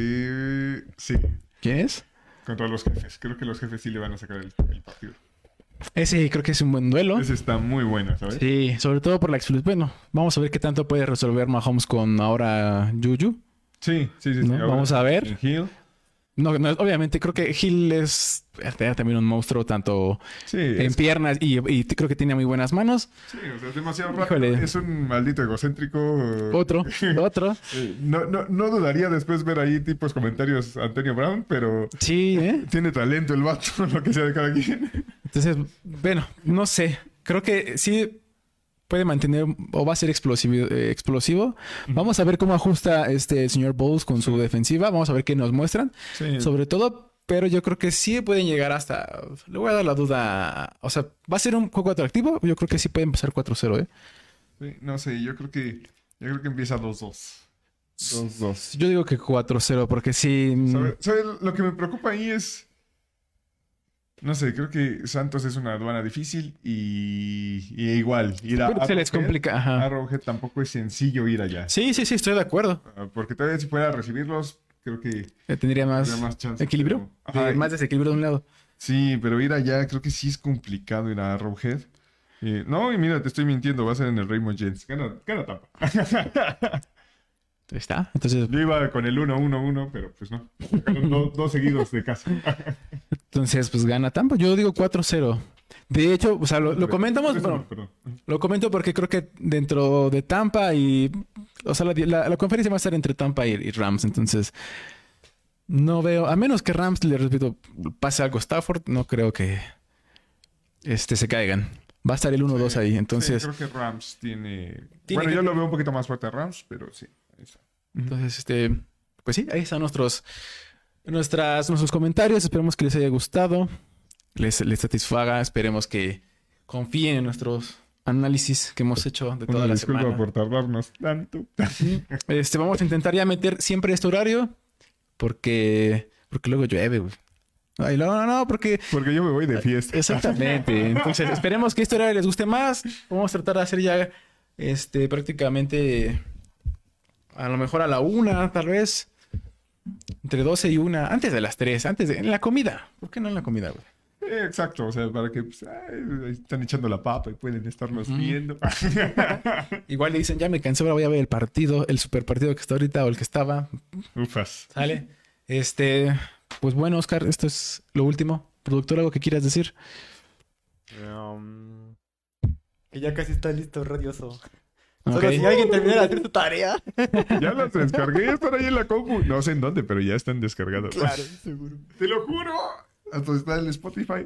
Sí, ¿Quién es? contra los jefes. Creo que los jefes sí le van a sacar el, el partido. Ese creo que es un buen duelo. Ese está muy bueno, ¿sabes? Sí, sobre todo por la explosión. Bueno, vamos a ver qué tanto puede resolver Mahomes con ahora Juju. Sí, sí, sí. sí. ¿No? Ahora, Vamos a ver. en Hill. No, no, obviamente creo que Hill es era también un monstruo tanto Sí, en es, piernas y, y creo que tiene muy buenas manos. sí, o sea, es demasiado rápido. Híjole. Es un maldito egocéntrico. eh, Otro, otro. eh, no, no, no dudaría después ver ahí tipos comentarios Antonio Brown, pero Sí, ¿eh? tiene talento el vato, lo que sea de cada quien. Entonces, bueno, no sé. Creo que sí puede mantener o va a ser explosivo. eh, explosivo. Vamos a ver cómo ajusta este el señor Bowles con su defensiva. Vamos a ver qué nos muestran. Sí. Sobre todo, pero yo creo que sí pueden llegar hasta... Le voy a dar la duda. O sea, ¿va a ser un juego atractivo? Yo creo que sí puede empezar cuatro cero, ¿eh? Sí, no sé, yo creo que, yo creo que empieza dos dos. dos dos. Yo digo que cuatro cero porque sí... mm, ¿Sabe- sabe? Lo que me preocupa ahí es... No sé, creo que Santos es una aduana difícil y, y igual, ir a se les Arrowhead- complica. Ajá. Arrowhead tampoco es sencillo ir allá. Sí, sí, sí, estoy de acuerdo. Ah, porque todavía si fuera a recibirlos, creo que Eh, Tendría más, tendría más chance. equilibrio. pero- Ajá, De- más desequilibrio de un lado. sí, pero ir allá creo que sí es complicado ir a Arrowhead. Eh, no, y mira, te estoy mintiendo, va a ser en el Raymond James. Gana, gana Tampa. Ahí está. Entonces, Yo iba con el uno uno uno, pero pues no. Sacaron do- dos seguidos de casa. entonces, pues gana Tampa. Yo digo cuatro cero. De hecho, o sea, lo, lo comentamos, Tres uno, bueno, perdón. lo comento porque creo que dentro de Tampa y... O sea, la, la- la conferencia va a estar entre Tampa y, y Rams. Entonces, no veo... A menos que Rams, le repito, pase algo a Stafford, no creo que este, se caigan. Va a estar el uno dos Sí, ahí. Entonces, sí, creo que Rams tiene... Tiene bueno, que- yo lo veo un poquito más fuerte a Rams, pero sí. ahí está. entonces, este... Pues sí, ahí están nuestros... Nuestras, nuestros comentarios. Esperemos que les haya gustado. Les, les satisfaga. Esperemos que confíen en nuestros análisis que hemos hecho de toda Una la disculpa semana. por tardarnos tanto. Este, vamos a intentar ya meter siempre este horario. Porque... Porque luego llueve, güey. Ay, no, no, no, porque... Porque yo me voy de fiesta. Exactamente. Entonces, esperemos que este horario les guste más. Vamos a tratar de hacer ya... Este, prácticamente... A lo mejor a la una, tal vez. Entre doce y una. Antes de las tres. Antes de... En la comida. ¿Por qué no en la comida, güey? Eh, exacto, o sea, para que pues, ay, ahí están echando la papa y pueden estarnos Ujú. viendo. Igual le dicen, ya me cansé, ahora voy a ver el partido, el super partido que está ahorita o el que estaba. Ufas. ¿Sale? Este, pues bueno, Oscar, esto es lo último. Productor, ¿algo que quieras decir? Um, que ya casi está listo, radioso. Ok. Solo si alguien terminara de hacer su tarea. Ya las descargué, están ahí en la compu. No sé en dónde, pero ya están descargadas. Claro, seguro. Te lo juro. Hasta está el Spotify.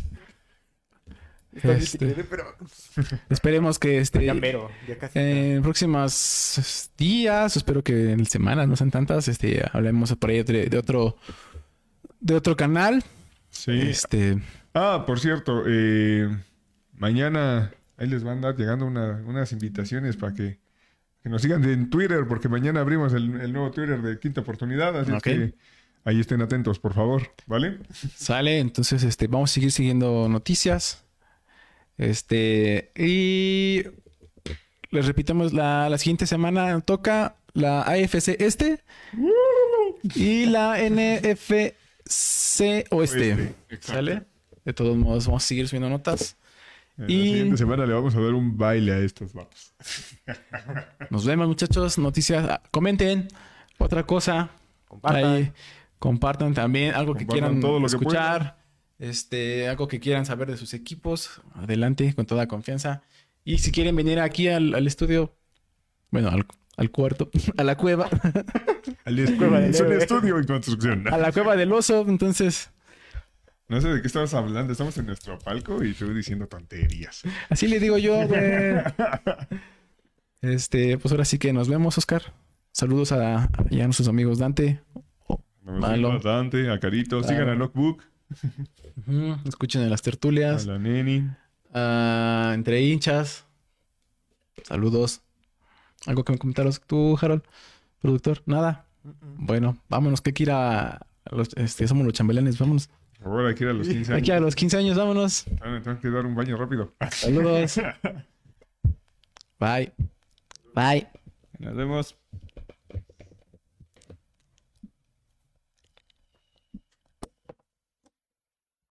Está Este. difícil, pero... Esperemos que este, Ya mero, ya casi. en próximos días, espero que en semanas, no sean tantas, este, hablemos por ahí de, de otro de otro canal. Sí. Este, Ah, por cierto, eh, mañana ahí les van a andar llegando una- unas invitaciones para que, que nos sigan en Twitter, porque mañana abrimos el, el nuevo Twitter de Quinta Oportunidad, así es Ok. que ahí estén atentos, por favor, ¿vale? sale, entonces este, vamos a seguir siguiendo noticias. Este, y les repitamos, la, la siguiente semana toca la A F C Este y la N F C Oeste. Oeste, exacto. ¿Sale? De todos modos, vamos a seguir subiendo notas. En Y- la siguiente semana le vamos a dar un baile a estos vatos. Nos vemos, muchachos. Noticias. Ah, comenten. Otra cosa. Compartan. Ahí, compartan también algo que Compartan quieran todo lo que escuchar. Este, algo que quieran saber de sus equipos. Adelante, con toda confianza. Y si quieren venir aquí al, al estudio, bueno, al, al cuarto, a la cueva, Al estu- Cueva del es un héroe. estudio en construcción. a la cueva del oso. Entonces, No sé de qué estabas hablando. Estamos en nuestro palco y estoy diciendo tonterías. así le digo yo, güey. Este, pues ahora sí que nos vemos, Oscar. Saludos a, a, ya a nuestros amigos Dante. Nos Malo. vemos bastante. A Carito. Sigan a Lockbook. Ujú, escuchen en las A tertulias. la Neni. Ah, entre hinchas. Saludos. ¿Algo que me comentaros tú, Harold? Productor. Nada. Bueno, vámonos, que hay que ir a, a los, este, somos los chambelanes, vámonos. Por favor, aquí a los quince años. Aquí a los quince años, vámonos. Ah, tengo que dar un baño rápido. Saludos. Bye. Bye. Nos vemos.